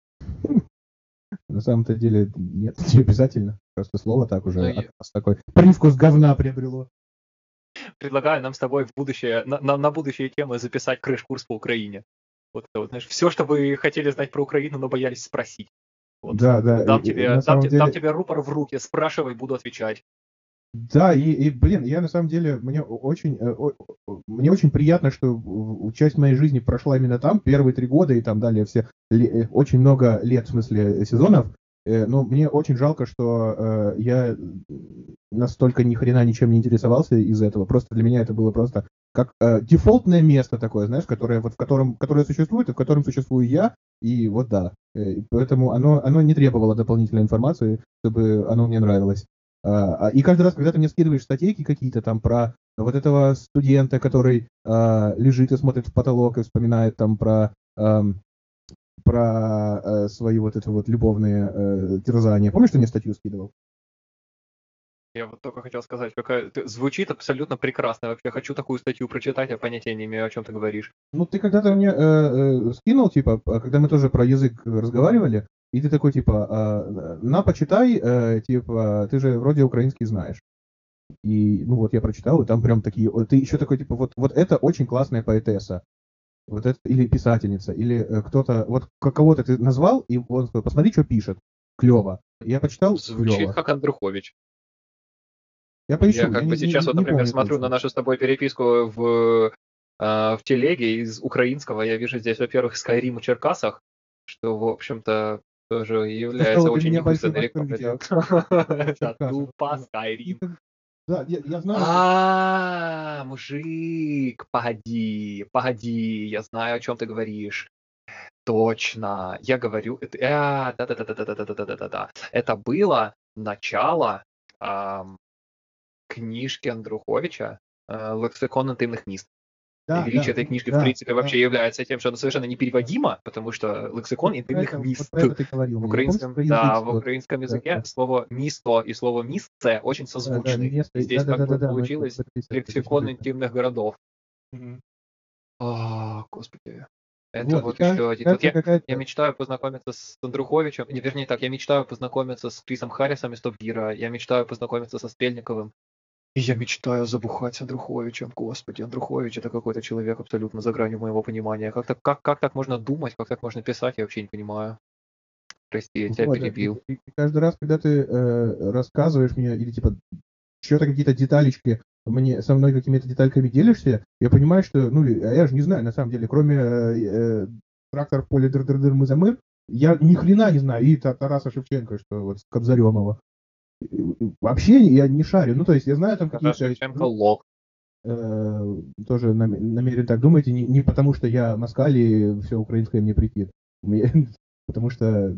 На самом-то деле нет, не обязательно. Просто слово так уже такой привкус говна приобрело. Предлагаю нам с тобой в будущее, на будущие темы записать крэш-курс по Украине. Вот это вот, знаешь, все, что вы хотели знать про Украину, но боялись спросить. Вот. Да. Дам тебе рупор в руки, спрашивай, буду отвечать. Да, и блин, я на самом деле, мне очень приятно, что часть моей жизни прошла именно там, первые 3 года и там далее все, очень много лет, в смысле, сезонов, но мне очень жалко, что я настолько ни хрена ничем не интересовался из-за этого, просто для меня это было просто как дефолтное место такое, знаешь, которое существует, и в котором существую я, и вот да, поэтому оно не требовало дополнительной информации, чтобы оно мне нравилось. И каждый раз, когда ты мне скидываешь статейки какие-то там про вот этого студента, который лежит и смотрит в потолок и вспоминает там про свои вот это вот любовные терзания. Помнишь, ты мне статью скидывал? Я вот только хотел сказать, звучит абсолютно прекрасно. Вообще хочу такую статью прочитать, я понятия не имею, о чем ты говоришь. Ну, ты когда-то мне скинул, типа, когда мы тоже про язык разговаривали, и ты такой, типа, на, почитай, типа, ты же вроде украинский знаешь. И, ну, вот я прочитал, и там прям такие, ты еще такой, типа, вот это очень классная поэтесса, вот это, или писательница, или кто-то, вот кого-то ты назвал, и он сказал, посмотри, что пишет, клево. Я почитал, Звучит клево. как Андрухович. Я поищу, Я как бы сейчас вот, например, помню смотрю на точно. нашу с тобой переписку в телеге из украинского. Я вижу здесь, во-первых, Skyrim в Черкасах, что, в общем-то, тоже является Стало для очень меня негусто большим далеко. открытием. Это тупо Skyrim. Да, я знаю. Мужик, погоди, я знаю, о чем ты говоришь. Точно, я говорю, да-да-да-да-да-да-да-да-да-да. Это было начало книжки Андруховича «Лексикон интимных мест». Да, Величие этой книжки, в да, принципе, вообще является тем, что она совершенно непереводима, потому что лексикон интимных вот мест. про это ты говорил В мне. Я помню, украинском, про язык, да, в что украинском да, языке слово «мисто» и слово «мисце» очень да, созвучны. место, И здесь как бы да, мы это получилось записывали, это очень лексикон точно. интимных городов. Мгм. Господи. Это Вот, и вот еще один. Вот кажется, я какая-то, мечтаю познакомиться с Андруховичем, не, вернее так, я мечтаю познакомиться с Крисом Харрисом из Топ Гира, я мечтаю познакомиться со Стрельниковым, и я мечтаю забухать с Андруховичем. Господи, Андрухович это какой-то человек абсолютно за гранью моего понимания. Как так можно думать, как так можно писать, я вообще не понимаю. Прости, я тебя вот, перебил. и каждый раз, когда ты рассказываешь мне, или типа, что-то какие-то деталечки, со мной какими-то детальками делишься, я понимаю, что, ну, а я же не знаю, на самом деле, кроме трактор в поле дыр-дыр-дыр мы за мыр, я ни хрена не знаю, и Тараса Шевченко, что вот с Кобзарёмова. Вообще я не шарю, ну, то есть я знаю там Тарас какие-то, Шевченко лох. тоже намерен так думать, и не потому, что я москаль и все украинское мне претит, потому что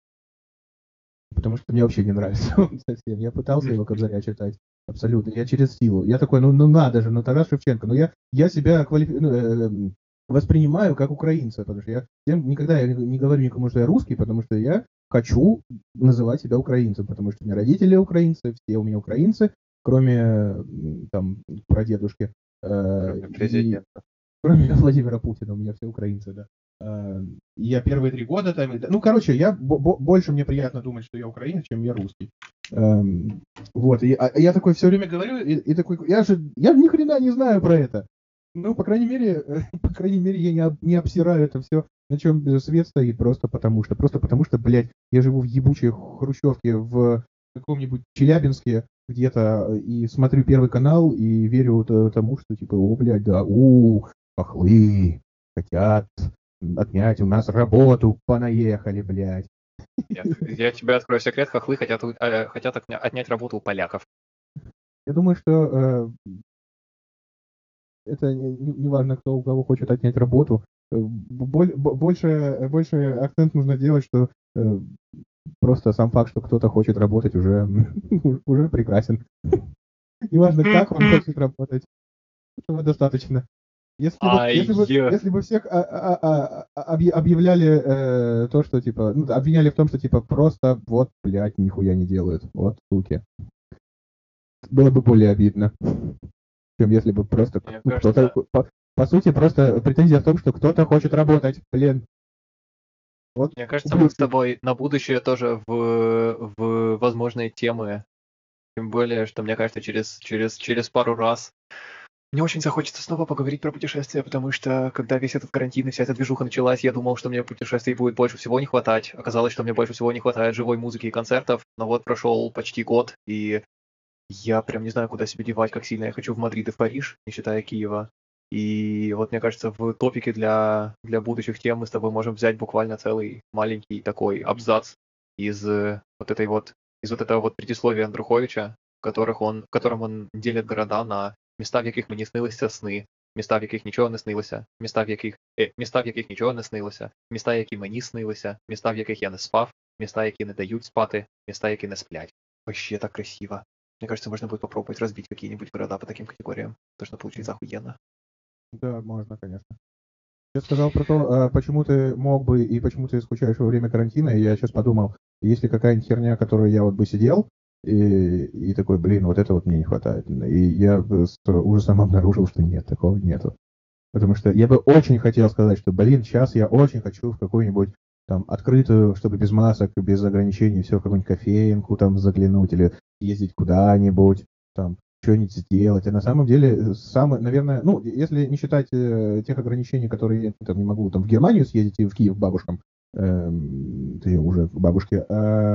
мне вообще не нравится он совсем. Я пытался его Кобзаря читать, абсолютно, я через силу. Я такой, ну надо же, ну Тарас Шевченко, ну я себя воспринимаю как украинца, потому что я никогда не говорю никому, что я русский, потому что я хочу называть себя украинцем, потому что у меня родители украинцы, все у меня украинцы, кроме там прадедушки. Кроме И президента. кроме Владимира Путина, у меня все украинцы, да. Я первые 3 года там, ну, короче, больше мне приятно думать, что я украинец, чем я русский. Вот, я такой все время говорю, и такой, я ни хрена не знаю про это. Ну, по крайней мере, я не обсираю это все, на чем свет стоит, просто потому что, блядь, я живу в ебучей хрущевке в каком-нибудь Челябинске где-то и смотрю Первый канал и верю тому, что типа, о, блядь, да, хохлы хотят отнять у нас работу, понаехали, блядь. Нет, я тебе открою секрет, хохлы хотят отнять работу у поляков. Я думаю, что это не важно, кто у кого хочет отнять работу. Больше акцент нужно делать, что просто сам факт, что кто-то хочет работать, уже прекрасен. Неважно, как он хочет работать, этого достаточно. Если бы всех объявляли то, что типа, ну, обвиняли в том, что типа просто вот, блядь, нихуя не делают. Вот, суки. Было бы более обидно, чем если бы просто кто-то... По сути, просто претензия в том, что кто-то хочет работать. Блин. Вот. Мне кажется, мы с тобой на будущее тоже в возможные темы. Тем более, что мне кажется, через пару раз мне очень захочется снова поговорить про путешествия, потому что когда весь этот карантин и вся эта движуха началась, я думал, что мне путешествий будет больше всего не хватать. Оказалось, что мне больше всего не хватает живой музыки и концертов. Но вот прошел почти год, и я прям не знаю, куда себя девать, как сильно я хочу в Мадрид и в Париж, не считая Киева. И вот мне кажется, в топике для будущих тем мы с тобой можем взять буквально целый маленький такой абзац из из этого вот предисловия Андруховича, в котором он делит города на места, в яких мені снилися сни, места, в яких нічого не снилося, места, в яких нічого не снилося, места, які мені снилися, места, в яких я не спав, места, які не дають спати, места, які не сплять. Вообще так красиво. Мне кажется, можно будет попробовать разбить какие-нибудь города по таким категориям. Должно получиться охуенно. Да, можно, конечно. Я сказал про то, почему ты мог бы и почему ты скучаешь во время карантина, и я сейчас подумал, есть ли какая-нибудь херня, которую я вот бы сидел, И такой, блин, вот это вот мне не хватает. И я с ужасом обнаружил, что нет, такого нету. Потому что я бы очень хотел сказать, что, блин, сейчас я очень хочу в какую-нибудь там открытую, чтобы без масок, без ограничений, все, в какую-нибудь кофейнку там заглянуть или ездить куда-нибудь, там, что-нибудь сделать. А на самом деле, самое, наверное, ну, если не считать тех ограничений, которые я там не могу там в Германию съездить и в Киев к бабушкам, ты уже к бабушке,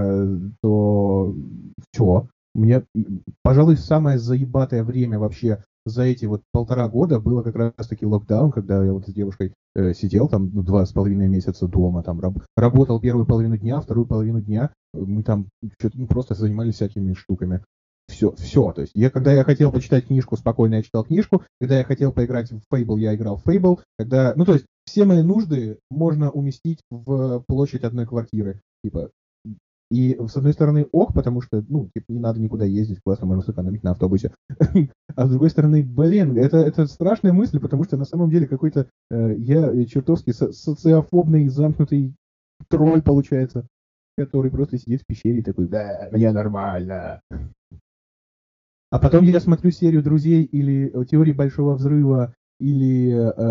то все. Мне, пожалуй, самое заебатое время вообще за эти вот 1,5 года было как раз-таки локдаун, когда я вот с девушкой сидел там 2,5 месяца дома, там работал первую половину дня, вторую половину дня мы там что-то, просто занимались всякими штуками. Все. То есть когда я хотел почитать книжку, спокойно я читал книжку, когда я хотел поиграть в Fable, я играл в Fable, когда, ну то есть все мои нужды можно уместить в площадь одной квартиры, типа. И с одной стороны ок, потому что, ну, типа, не надо никуда ездить, классно, можно сэкономить на автобусе. А с другой стороны, блин, это страшная мысль, потому что на самом деле какой-то я чертовски социофобный, замкнутый тролль, получается, который просто сидит в пещере и такой, да, мне нормально. А потом я смотрю серию «Друзей» или «Теории большого взрыва», или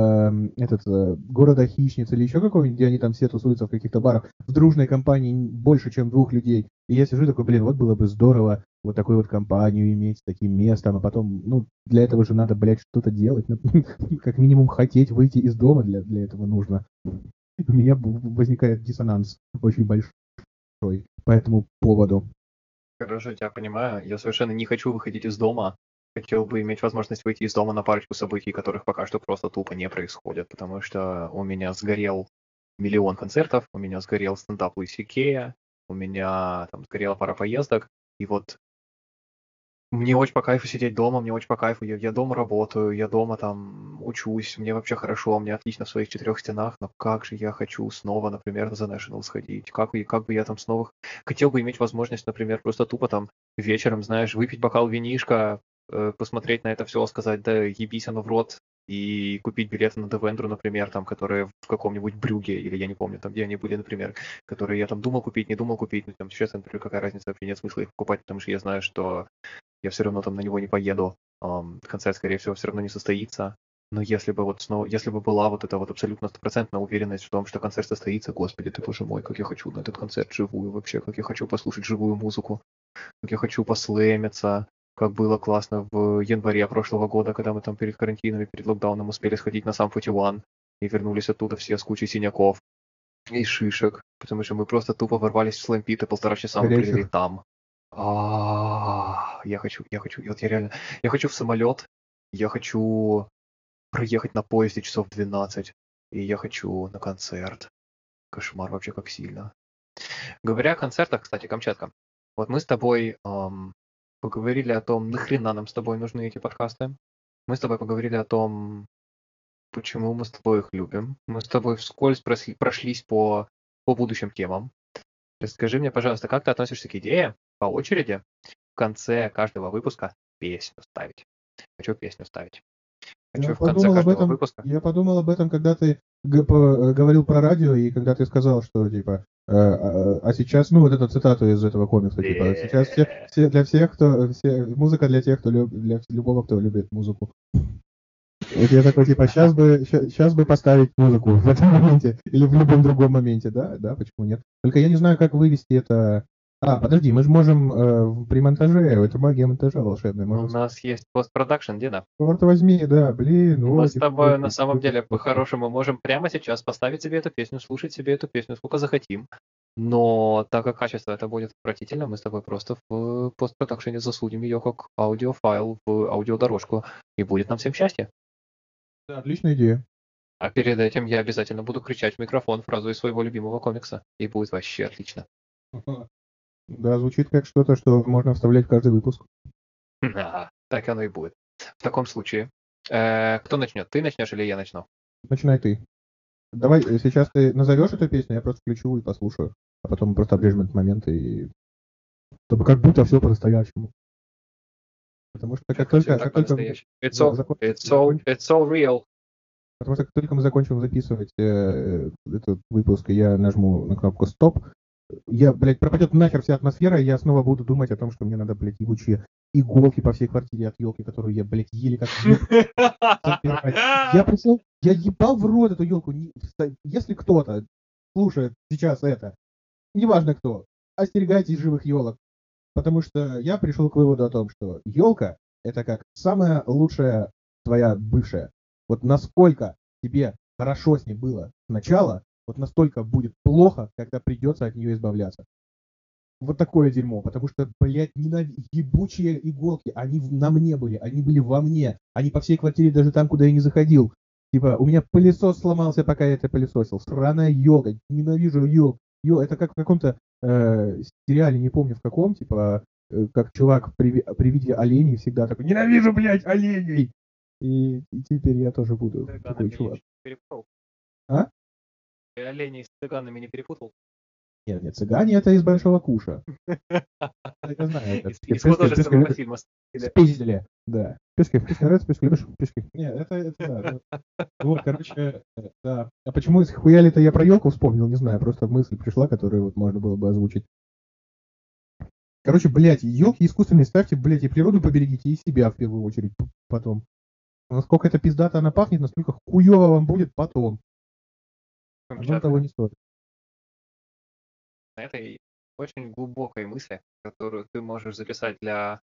«Города хищниц», или еще какой-нибудь, где они там все тусуются в каких-то барах в дружной компании больше, чем 2 людей. И я сижу такой, блин, вот было бы здорово вот такую вот компанию иметь с таким местом, а потом, ну, для этого же надо, блядь, что-то делать. Как минимум хотеть выйти из дома для этого нужно. У меня возникает диссонанс очень большой по этому поводу. Хорошо, тебя понимаю. Я совершенно не хочу выходить из дома. Хотел бы иметь возможность выйти из дома на парочку событий, которых пока что просто тупо не происходит, потому что у меня сгорел миллион концертов, у меня сгорел стендап Луиси Кея, у меня там сгорела пара поездок, и вот мне очень по кайфу сидеть дома, мне очень по кайфу, я дома работаю, я дома там учусь, мне вообще хорошо, мне отлично в своих 4 стенах, но как же я хочу снова, например, на The National сходить, как бы я там снова хотел бы иметь возможность, например, просто тупо там вечером, знаешь, выпить бокал винишка, посмотреть на это все, сказать, да ебись оно в рот, и купить билеты на Девендру, например, там, которые в каком-нибудь Брюгге, или я не помню, там, где они были, например, которые я там думал купить, не думал купить, ну, там, сейчас, например, какая разница, вообще нет смысла их покупать, потому что я знаю, что я все равно там на него не поеду, концерт, скорее всего, все равно не состоится. Но если бы вот снова, если бы была вот эта вот абсолютно стопроцентная уверенность в том, что концерт состоится, господи ты, боже мой, как я хочу на этот концерт живую вообще, как я хочу послушать живую музыку, как я хочу послэмиться, как было классно в январе прошлого года, когда мы там перед карантином и перед локдауном успели сходить на Sum 41 и вернулись оттуда все с кучей синяков и шишек, потому что мы просто тупо ворвались в слэмпит, и 1,5 часа мы провели Горячих. там. Я хочу, вот я реально, я хочу в самолет, я хочу проехать на поезде часов 12, и я хочу на концерт. Кошмар вообще как сильно. Говоря о концертах, кстати, Камчатка, вот мы с тобой поговорили о том, нахрена нам с тобой нужны эти подкасты. Мы с тобой поговорили о том, почему мы с тобой их любим. Мы с тобой вскользь прошлись по будущим темам. Расскажи мне, пожалуйста, как ты относишься к идее по очереди в конце каждого выпуска песню ставить? Хочу песню ставить. Хочу в конце каждого выпуска. Я подумал об этом, когда ты говорил про радио, и когда ты сказал, что, типа, а сейчас, ну, вот эту цитату из этого комикса, типа, сейчас все для всех, музыка для тех, для любого, кто любит музыку. Вот я такой, типа, сейчас бы поставить музыку в этом моменте, или в любом другом моменте, да, почему нет? Только я не знаю, как вывести это. Подожди, мы же можем при монтаже, это магия монтажа волшебная. У нас есть постпродакшн, Дина. Черт возьми, да, блин. Мы с тобой на самом деле по-хорошему можем прямо сейчас поставить себе эту песню, слушать себе эту песню, сколько захотим. Но так как качество это будет отвратительно, мы с тобой просто в постпродакшене засудим ее как аудиофайл в аудиодорожку, и будет нам всем счастье. Да, отличная идея. А перед этим я обязательно буду кричать в микрофон фразу из своего любимого комикса, и будет вообще отлично. Да, звучит как что-то, что можно вставлять в каждый выпуск. Так оно и будет. В таком случае, кто начнет? Ты начнешь или я начну? Начинай ты. Давай, сейчас ты назовешь эту песню, я просто включу и послушаю. А потом мы просто обрежем этот момент, и чтобы как будто все по-настоящему. Потому что как только It's all real. Потому что как только мы закончим записывать этот выпуск, и я нажму на кнопку «Стоп», блядь, пропадет нахер вся атмосфера, и я снова буду думать о том, что мне надо, блядь, ебучие иголки по всей квартире от елки, которую я, блядь, еле как собирать. Я пришел, я ебал в рот эту елку. Если кто-то слушает сейчас это, неважно кто, остерегайтесь живых елок. Потому что я пришел к выводу о том, что елка это как самая лучшая твоя бывшая. Вот насколько тебе хорошо с ней было сначала, вот настолько будет плохо, когда придется от нее избавляться. Вот такое дерьмо, потому что, блядь, ебучие иголки, они на мне были, они были во мне, они по всей квартире, даже там, куда я не заходил. Типа, у меня пылесос сломался, пока я это пылесосил. Сраная елка, ненавижу елку. Это как в каком-то сериале, не помню в каком, типа, как чувак при виде оленей всегда такой, ненавижу, блядь, оленей! И теперь я тоже буду такой чувак. А? Ты оленей с цыганами не перепутал? Нет, цыгане это из Большого Куша. Я знаю, это из художественного фильма. Спиздили, да. Пешки, нравится, пешки. Нет, это да. Вот, короче, да. А почему схуяли-то я про елку вспомнил, не знаю, просто мысль пришла, которую вот можно было бы озвучить. Короче, блядь, елки искусственные ставьте, блядь, и природу поберегите, и себя в первую очередь потом. Насколько это пиздато она пахнет, настолько хуёво вам будет потом. Оно того не стоит. На этой очень глубокой мысли, которую ты можешь записать для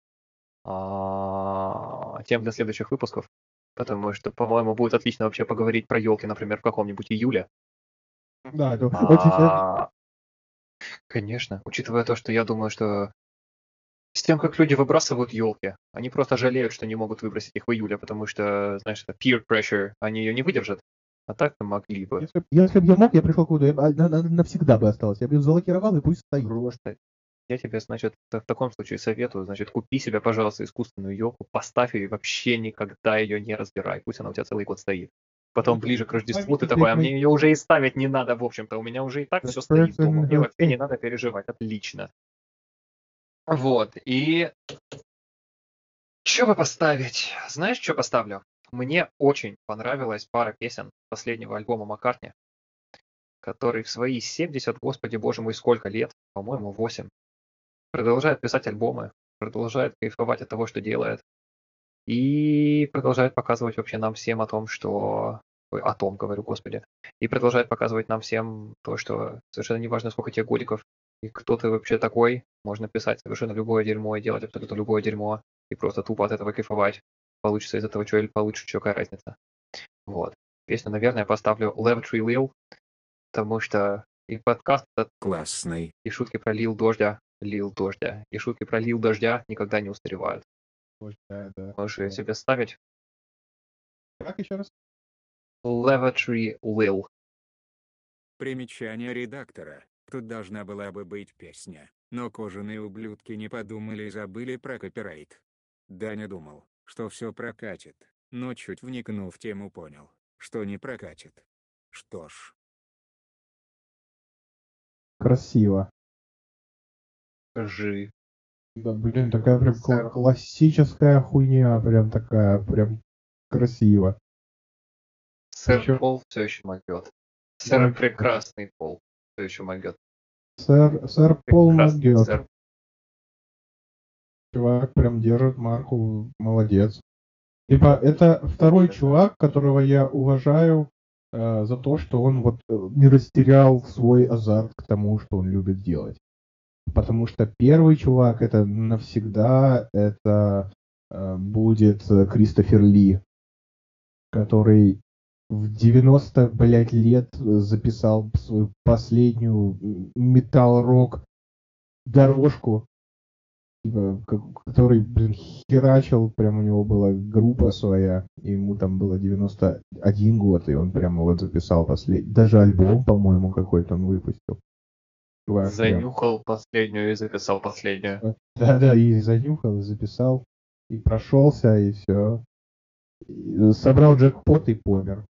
тем для следующих выпусков, потому что, по-моему, будет отлично вообще поговорить про елки, например, в каком-нибудь июле. Да, это очень... Конечно, учитывая то, что я думаю, что с тем, как люди выбрасывают елки, они просто жалеют, что не могут выбросить их в июле, потому что, знаешь, это peer pressure, они ее не выдержат. А так-то могли бы. Если бы я мог, я пришел к выводу, она навсегда бы осталась. Я бы ее залокировал, и пусть стоит. Просто я тебе, значит, в таком случае советую, значит, купи себе, пожалуйста, искусственную елку, поставь ее и вообще никогда ее не разбирай. Пусть она у тебя целый год стоит. Потом ближе к Рождеству ты такой, а мне ее уже и ставить не надо, в общем-то, у меня уже и так все стоит дома, мне вообще не надо переживать, отлично. Вот, и что бы поставить? Знаешь, что поставлю? Мне очень понравилась пара песен последнего альбома Маккартни, который в свои 70, господи боже мой, сколько лет, по-моему, 8, продолжает писать альбомы, продолжает кайфовать от того, что делает, и продолжает показывать вообще нам всем о том, что... Ой, о том, говорю, господи. И продолжает показывать нам всем то, что совершенно неважно, сколько тебе годиков, и кто ты вообще такой, можно писать совершенно любое дерьмо и делать абсолютно любое дерьмо, и просто тупо от этого кайфовать. Получится из этого что или получше, что, какая разница. Вот. Песню, наверное, поставлю Lavatory Lil, потому что и подкаст этот классный, и шутки про Лил Дождя, и шутки про Лил Дождя никогда не устаревают. Да. Можешь ее себе ставить. Как еще раз? Lavatory Lil. Примечание редактора. Тут должна была бы быть песня, но кожаные ублюдки не подумали и забыли про копирайт. Даня думал, что все прокатит, но чуть вникнув в тему понял, что не прокатит. Что ж. Красиво. Скажи. Да, блин, такая прям классическая хуйня, прям такая, прям красиво. Сэр Пол все еще могет. Сэр прекрасный Пол все еще могет. Сэр Пол могет. Чувак прям держит марку, молодец. Типа, это второй чувак, которого я уважаю за то, что он вот не растерял свой азарт к тому, что он любит делать. Потому что первый чувак это навсегда это будет Кристофер Ли, который в 90, блядь, лет записал свою последнюю металл-рок дорожку, который, блин, херачил, прям у него была группа своя, и ему там было 91 год, и он прямо вот записал последний, даже альбом, по-моему, какой-то он выпустил. Занюхал последнюю и записал последнюю. Да, и занюхал, и записал, и прошелся, и все. Собрал джекпот и помер.